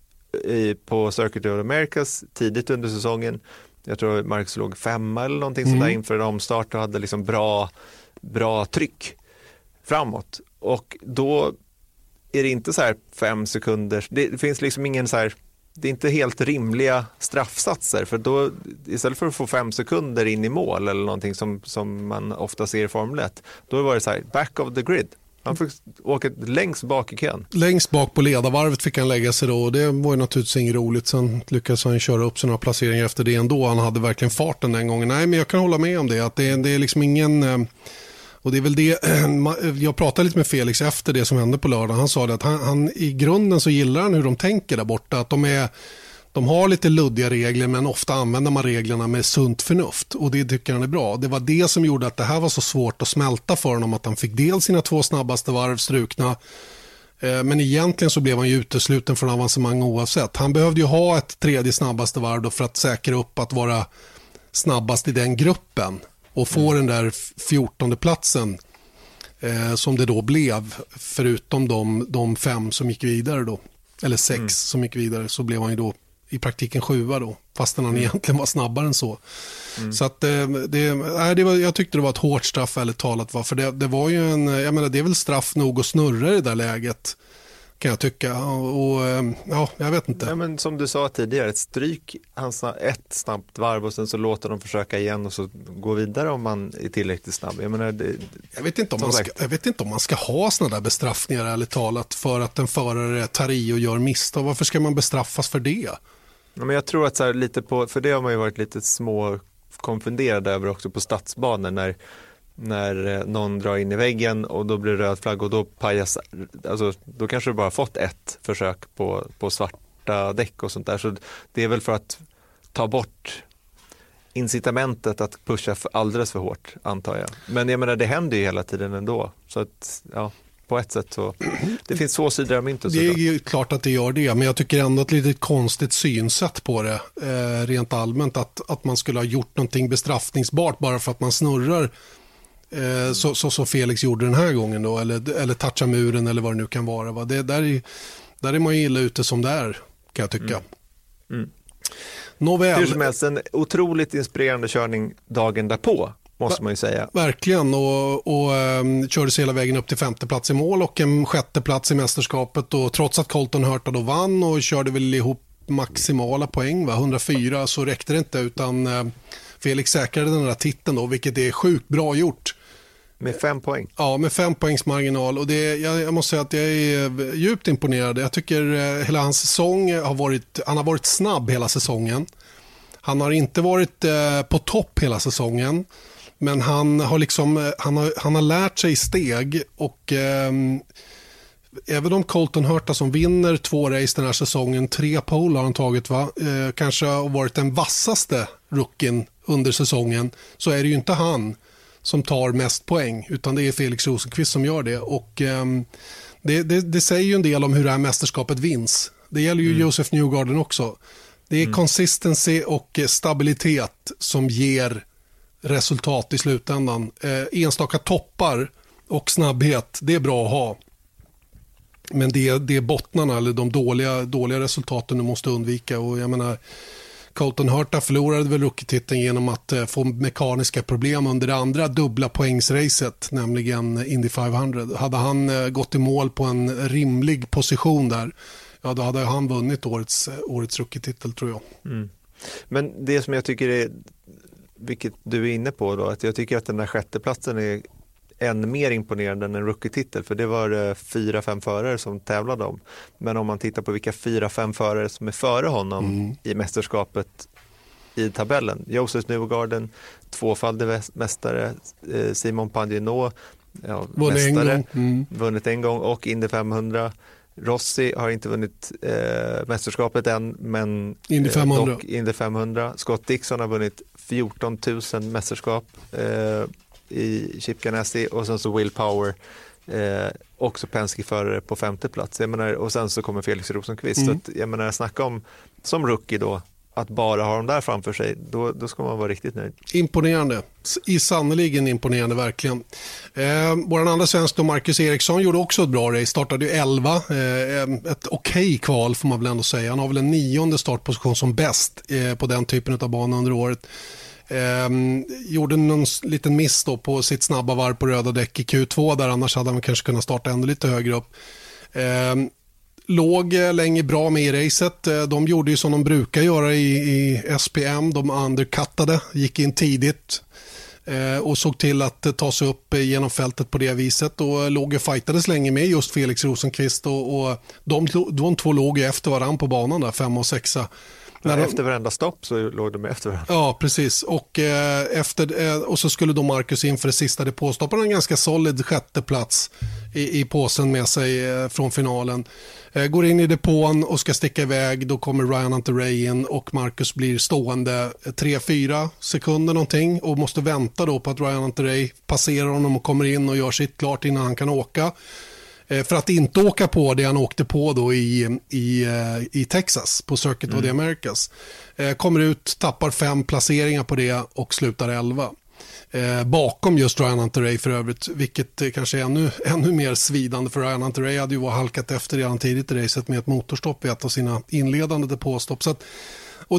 på Circuit of Americas tidigt under säsongen. Jag tror Marcus låg 5 eller någonting sådär inför en omstart och hade liksom bra tryck framåt. Och då är det inte så här 5 sekunder. Det finns liksom ingen så här, det är inte helt rimliga straffsatser, för då istället för att få 5 sekunder in i mål eller någonting som man ofta ser i Formel 1, då var det så här back of the grid. Han fick åka längst bak i kön. Längst bak på ledarvarvet fick han lägga sig då, och det var ju naturligtvis inget roligt. Sen lyckades han köra upp sina placeringar efter det ändå. Han hade verkligen farten den gången. Nej, men jag kan hålla med om det. Att det är liksom ingen... Och det är väl det... Jag pratade lite med Felix efter det som hände på lördag. Han sa det att han i grunden så gillar han hur de tänker där borta. Att de har lite luddiga regler, men ofta använder man reglerna med sunt förnuft, och det tycker han är bra. Det var det som gjorde att det här var så svårt att smälta för honom, att han fick dels sina 2 snabbaste varv strukna, men egentligen så blev han ju utesluten från avancemang oavsett. Han behövde ju ha ett 3:e snabbaste varv då för att säkra upp att vara snabbast i den gruppen och få den där 14:e platsen som det då blev, förutom de 5 som gick vidare då, eller 6 som gick vidare, så blev han ju då i praktiken 7 då, fastän han egentligen var snabbare än så. Så att jag tyckte det var ett hårt straff, eller talat, för det var ju jag menar, det är väl straff nog att snurra i det där läget, kan jag tycka. Och ja, jag vet inte. Ja, men som du sa tidigare, ett stryk, ett snabbt varv och sen så låter de försöka igen och så gå vidare om man är tillräckligt snabb. Jag vet inte om man ska ha såna där bestraffningar, eller talat, för att en förare tar i och gör misstag. Varför ska man bestraffas för det? Ja, men jag tror att så här, lite på, för det har man ju varit lite små konfunderad över också på stadsbanor, när någon drar in i väggen och då blir det röd flagg och då pajas, alltså då kanske du bara fått ett försök på svarta däck och sånt där, så det är väl för att ta bort incitamentet att pusha alldeles för hårt, antar jag. Men jag menar, det händer ju hela tiden ändå, så att ja, på ett sätt så det finns 2 sidor av myntet. Det är ju klart att det gör det, men jag tycker ändå ett lite konstigt synsätt på det rent allmänt, att man skulle ha gjort någonting bestraffningsbart bara för att man snurrar så Felix gjorde den här gången då, eller toucha muren eller vad det nu kan vara. Va? Där är man ju illa ute som det är, kan jag tycka. Nåväl. Hur som helst, en otroligt inspirerande körning dagen därpå, måste man ju säga. Verkligen, och kördes hela vägen upp till 5:e plats i mål och en 6:e plats i mästerskapet, och trots att Colton Herta då vann och körde väl ihop maximala poäng, 104, så räckte det inte, utan Felix säkrade den där titeln då, vilket är sjukt bra gjort. Med 5 poäng? Ja, med 5 poängs marginal, och jag måste säga att jag är djupt imponerad. Jag tycker hela hans säsong han har varit snabb hela säsongen. Han har inte varit på topp hela säsongen, men han har lärt sig steg, och även om Colton Herta som vinner 2 race den här säsongen, 3 pole har han tagit, kanske har varit den vassaste rookien under säsongen, så är det ju inte han som tar mest poäng, utan det är Felix Rosenqvist som gör det, och det säger ju en del om hur det här mästerskapet vinns. Det gäller ju Joseph Newgarden också. Det är consistency och stabilitet som ger resultat i slutändan. Enstaka toppar och snabbhet, det är bra att ha. Men det är bottnarna, eller de dåliga resultaten du måste undvika. Och jag menar, Colton Herta förlorade väl rookie-titeln genom att få mekaniska problem under det andra dubbla poängsracet, nämligen Indy 500. Hade han gått i mål på en rimlig position där, ja, då hade han vunnit årets rookie-titel, tror jag. Men det som jag tycker är vilket du är inne på då, att jag tycker att den där sjätteplatsen är än mer imponerande än en rookie-titel, för det var 4-5 förare som tävlade om. Men om man tittar på vilka 4-5 förare som är före honom i mästerskapet i tabellen. Joseph Newgarden, tvåfaldig mästare, Simon Pagenaud, mästare, vunnit en gång, och Indy 500. Rossi har inte vunnit mästerskapet än, men dock Indy 500. Scott Dixon har vunnit 14 000 mästerskap i Chip Ganassi, och sen så Will Power, också Penske-förare på 5:e plats. Jag menar, och sen så kommer Felix Rosenqvist. Så att, jag menar, snacka om som rookie då, att bara ha dem där framför sig, då ska man vara riktigt nöjd. Imponerande. Sannoliken imponerande, verkligen. Vår andra svensk då, Marcus Eriksson, gjorde också ett bra race. Startade ju 11. Ett okej kval får man väl ändå säga. Han har väl en 9:e startposition som bäst på den typen av bana under året. Gjorde någon liten miss då på sitt snabba varv på röda däck i Q2 där, annars hade han kanske kunnat starta ännu lite högre upp. Låg länge bra med i racet. De gjorde ju som de brukar göra i SPM. De undercuttade, gick in tidigt och såg till att ta sig upp genom fältet på det viset, och låg och fightades länge med just Felix Rosenqvist, och de två låg efter varann på banan där, 5 och 6. Efter varenda stopp så låg de efter varandra. Ja, precis. Och, och så skulle då Marcus in för det sista depåstoppet. En ganska solid sjätteplats i påsen med sig från finalen. Går in i depån och ska sticka iväg. Då kommer Ryan Hunter-Reay in och Marcus blir stående 3-4 sekunder någonting och måste vänta då på att Ryan Hunter-Reay passerar honom och kommer in och gör sitt klart innan han kan åka. För att inte åka på det han åkte på då i Texas på Circuit of the Americas. Kommer ut, tappar 5 placeringar på det och slutar 11. Bakom just Ryan Hunter-Reay för övrigt, vilket kanske är ännu mer svidande, för Ryan Hunter-Reay hade ju halkat efter redan tidigt i racet med ett motorstopp i ett av sina inledande depåstopp. Så att, och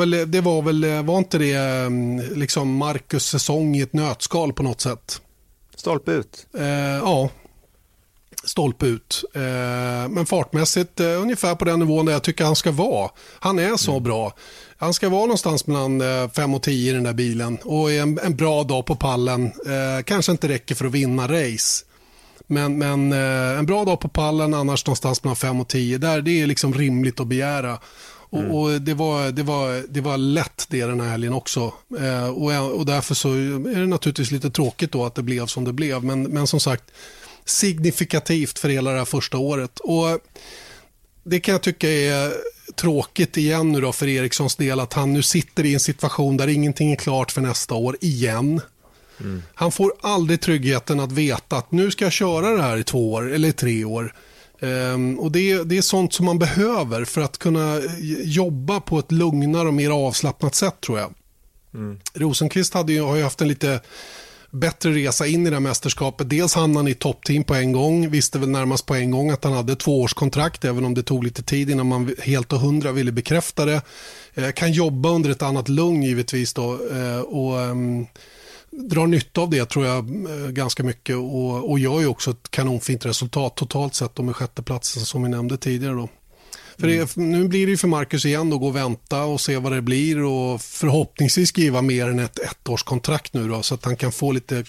var inte det liksom Marcus säsong i ett nötskal på något sätt? Stolpe ut. Ja. Stolpe ut. Men fartmässigt ungefär på den nivån där jag tycker han ska vara. Han är så bra. Han ska vara någonstans mellan 5 och 10 i den där bilen. Och en bra dag på pallen kanske inte räcker för att vinna race. Men en bra dag på pallen, annars någonstans mellan 5 och 10. Där det är liksom rimligt att begära. Och det var lätt det den här helgen också. Och därför så är det naturligtvis lite tråkigt då att det blev som det blev. Men som sagt, signifikativt för hela det här första året. Och det kan jag tycka är tråkigt igen nu då för Erikssons del, att han nu sitter i en situation där ingenting är klart för nästa år igen. Han får aldrig tryggheten att veta att nu ska jag köra det här i 2 år eller 3 år. Och det är sånt som man behöver för att kunna jobba på ett lugnare och mer avslappnat sätt, tror jag. Rosenqvist har ju haft en lite bättre resa in i det här mästerskapet. Dels hamnade han i toppteam på en gång. Visste väl närmast på en gång att han hade 2-årskontrakt, även om det tog lite tid innan man helt och 100 ville bekräfta det. Kan jobba under ett annat lugn givetvis då, och drar nytta av det, tror jag, ganska mycket, och gör ju också ett kanonfint resultat totalt sett med sjätteplatsen som vi nämnde tidigare då. För nu blir det ju för Marcus igen då, gå och vänta och se vad det blir, och förhoppningsvis skriva mer än ett 1-årskontrakt nu då, så att han kan få lite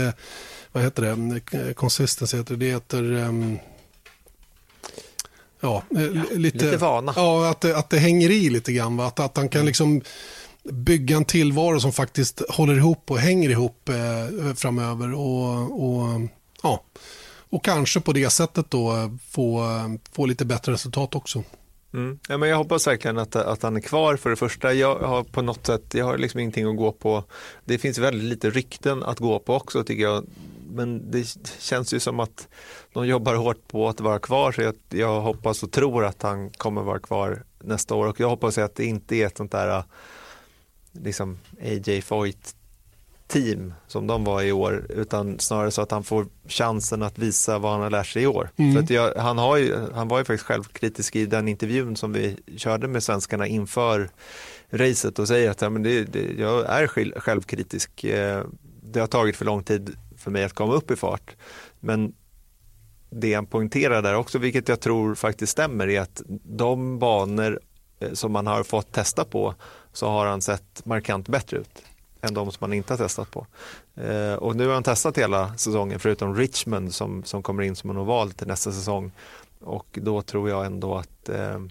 consistency heter det heter lite vana. Ja, att det hänger i lite grann, va? Att han kan liksom bygga en tillvaro som faktiskt håller ihop och hänger ihop framöver, och kanske på det sättet då få lite bättre resultat också. Ja, men jag hoppas verkligen att han är kvar. För det första, jag har liksom ingenting att gå på. Det finns väldigt lite rykten att gå på också, tycker jag. Men det känns ju som att de jobbar hårt på att vara kvar, så jag hoppas och tror att han kommer vara kvar nästa år. Och jag hoppas att det inte är ett sånt där liksom AJ Foyt team som de var i år, utan snarare så att han får chansen att visa vad han har lärt sig i år. För att han var ju faktiskt självkritisk i den intervjun som vi körde med svenskarna inför racet, och säger att jag är självkritisk. Det har tagit för lång tid för mig att komma upp i fart. Men det han poängterar där också, vilket jag tror faktiskt stämmer, är att de banor som man har fått testa på, så har han sett markant bättre ut än de som man inte har testat på. Och nu har han testat hela säsongen förutom Richmond som kommer in som en oval till nästa säsong. Och då tror jag ändå att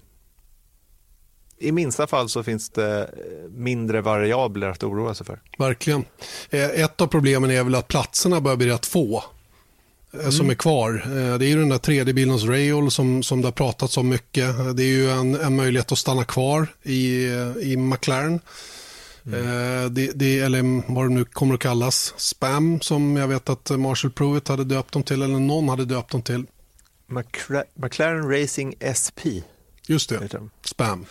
i minsta fall så finns det mindre variabler att oroa sig för. Verkligen. Ett av problemen är väl att platserna börjar bli rätt få som är kvar. Det är ju den där tredje bilen hos Rail som det har pratats om mycket. Det är ju en möjlighet att stanna kvar i McLaren. Eller vad det nu kommer att kallas. Spam, som jag vet att Marshall Pruitt hade döpt dem till, eller någon hade döpt dem till. McLaren Racing SP. Just det, Spam.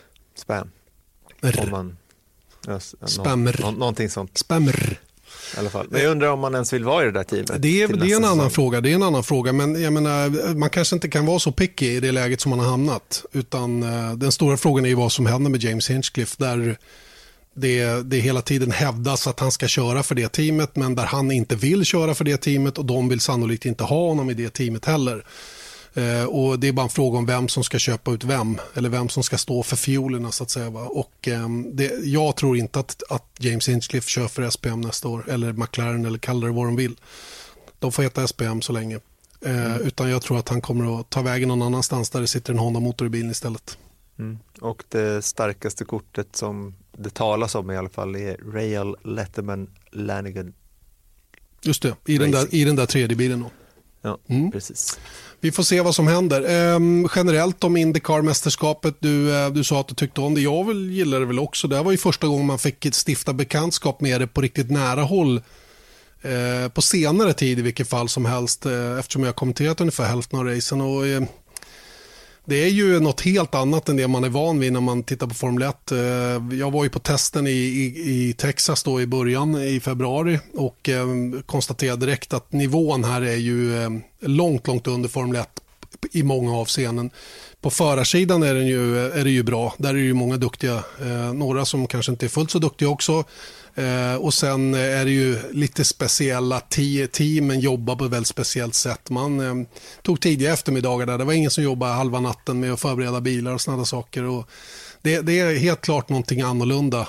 Spammer. Någonting sånt. Spammer. I alla fall. Men jag undrar om man ens vill vara i det där teamet. Det är en annan fråga. Det är en annan fråga. Men jag menar, man kanske inte kan vara så picky i det läget som man har hamnat. Utan den stora frågan är ju vad som händer med James Hinchcliffe. Där det hela tiden hävdas att han ska köra för det teamet. Men där han inte vill köra för det teamet. Och de vill sannolikt inte ha honom i det teamet heller. Och det är bara en fråga om vem som ska köpa ut vem. Eller vem som ska stå för fiolerna så att säga. Va? Och jag tror inte att James Hinchcliffe kör för SPM nästa år. Eller McLaren, eller kalla det vad de vill. De får heta SPM så länge. Utan jag tror att han kommer att ta vägen någon annanstans där det sitter en Honda-motor i bilen istället. Och det starkaste kortet som det talas om i alla fall är Rail Letterman Lanigan. Just det, i den där tredje bilen då. Ja, precis. Vi får se vad som händer. Generellt om IndyCar-mästerskapet, du sa att du tyckte om det. Jag gillar det väl också. Det var ju första gången man fick stifta bekantskap med det på riktigt nära håll. På senare tid i vilket fall som helst. Eftersom jag har kommenterat ungefär hälften av racen. Och det är ju något helt annat än det man är van vid när man tittar på Formel 1. Jag var ju på testen i Texas då i början i februari och konstaterade direkt att nivån här är ju långt under Formel 1 i många avseenden. På förarsidan är det ju bra. Där är det ju många duktiga, några som kanske inte är fullt så duktiga också. Och sen är det ju lite speciella teamen jobbar på ett väldigt speciellt sätt. Man tog tidiga eftermiddagar där. Det var ingen som jobbade halva natten med att förbereda bilar och sådana saker. Och det är helt klart någonting annorlunda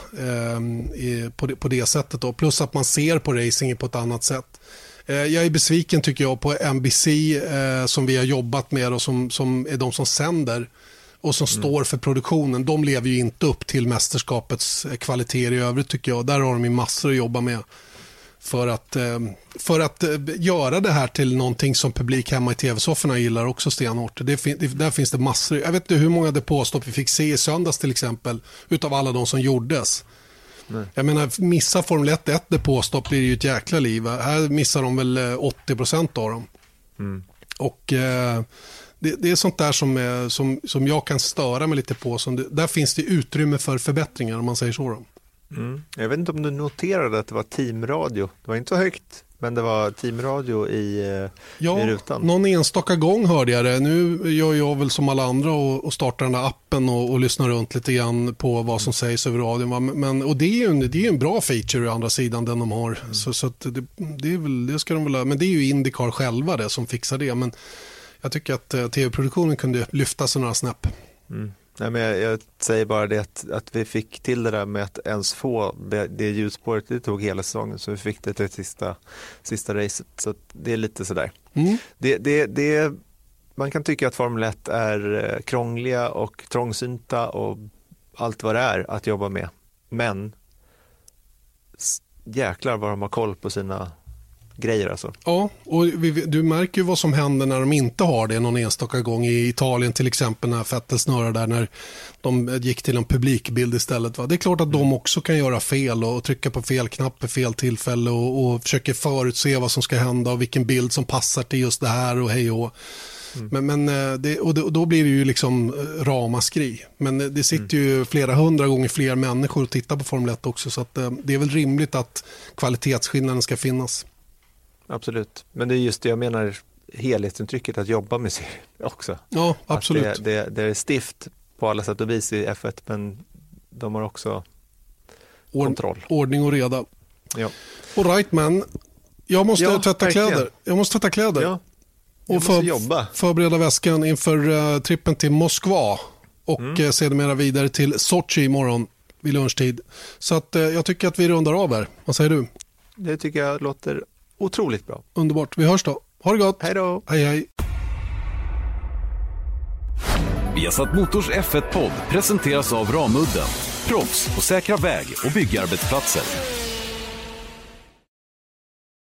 på det sättet då. Plus att man ser på racing på ett annat sätt. Jag är besviken tycker jag på NBC som vi har jobbat med och som är de som sänder och som står för produktionen. De lever ju inte upp till mästerskapets kvaliteter i övrigt tycker jag. Där har de ju massor att jobba med för att göra det här till någonting som publik hemma i tv-sofforna gillar också stenhårt. Där finns det massor. Jag vet inte hur många depåstopp vi fick se i söndags till exempel utav alla de som gjordes. Nej. Jag menar, missar Formel 1 depåstopp blir det ju ett jäkla liv. Här missar de väl 80% av dem. Och det är sånt där som jag kan störa mig lite på. Där finns det utrymme för förbättringar om man säger så då. Jag vet inte om du noterade att det var teamradio. Det var inte så högt, men det var teamradio i rutan. Någon enstaka gång hörde jag det. Nu gör jag väl som alla andra och startar den där appen och lyssnar runt lite grann på vad som sägs över radion. Och det är ju en bra feature å andra sidan den de har. Så att det är väl, det ska de väl. Men det är ju IndyCar själva det som fixar det. Men jag tycker att tv-produktionen kunde lyfta sig några snäpp. Nej, men jag säger bara det att vi fick till det där med att ens få det ljusspåret, det tog hela säsongen så vi fick det till sista racet, så det är lite sådär. Man kan tycka att Formel 1 är krångliga och trångsynta och allt vad det är att jobba med, men jäklar vad de har koll på sina grejer alltså. Ja, och du märker ju vad som händer när de inte har det någon enstaka gång i Italien till exempel när Vettel snurrade där när de gick till en publikbild istället. Va? Det är klart att de också kan göra fel och trycka på fel knapp vid fel tillfälle och försöker förutse vad som ska hända och vilken bild som passar till just det här och hej och. Men då blir det ju liksom ramaskri. Men det sitter ju flera hundra gånger fler människor och tittar på Formel 1 också så att det är väl rimligt att kvalitetsskillnaden ska finnas. Absolut, men det är just det jag menar, helhetsintrycket att jobba med serien också. Ja, absolut. Att det är stift på alla sätt och vis i F1, men de har också kontroll. Ordning och reda. Ja. All right, man. Jag måste tvätta kläder. Ja. Och förbereda väskan inför trippen till Moskva och sedermera vidare till Sochi imorgon. vid lunchtid. Så att, jag tycker att vi rundar av här. Vad säger du? Det tycker jag låter otroligt bra. Underbart. Vi hörs då. Ha det gott. Hej då. Hej hej. Viasat Motors F1-podd presenteras av Ramudden. Proffs på säkra väg- och byggarbetsplatser.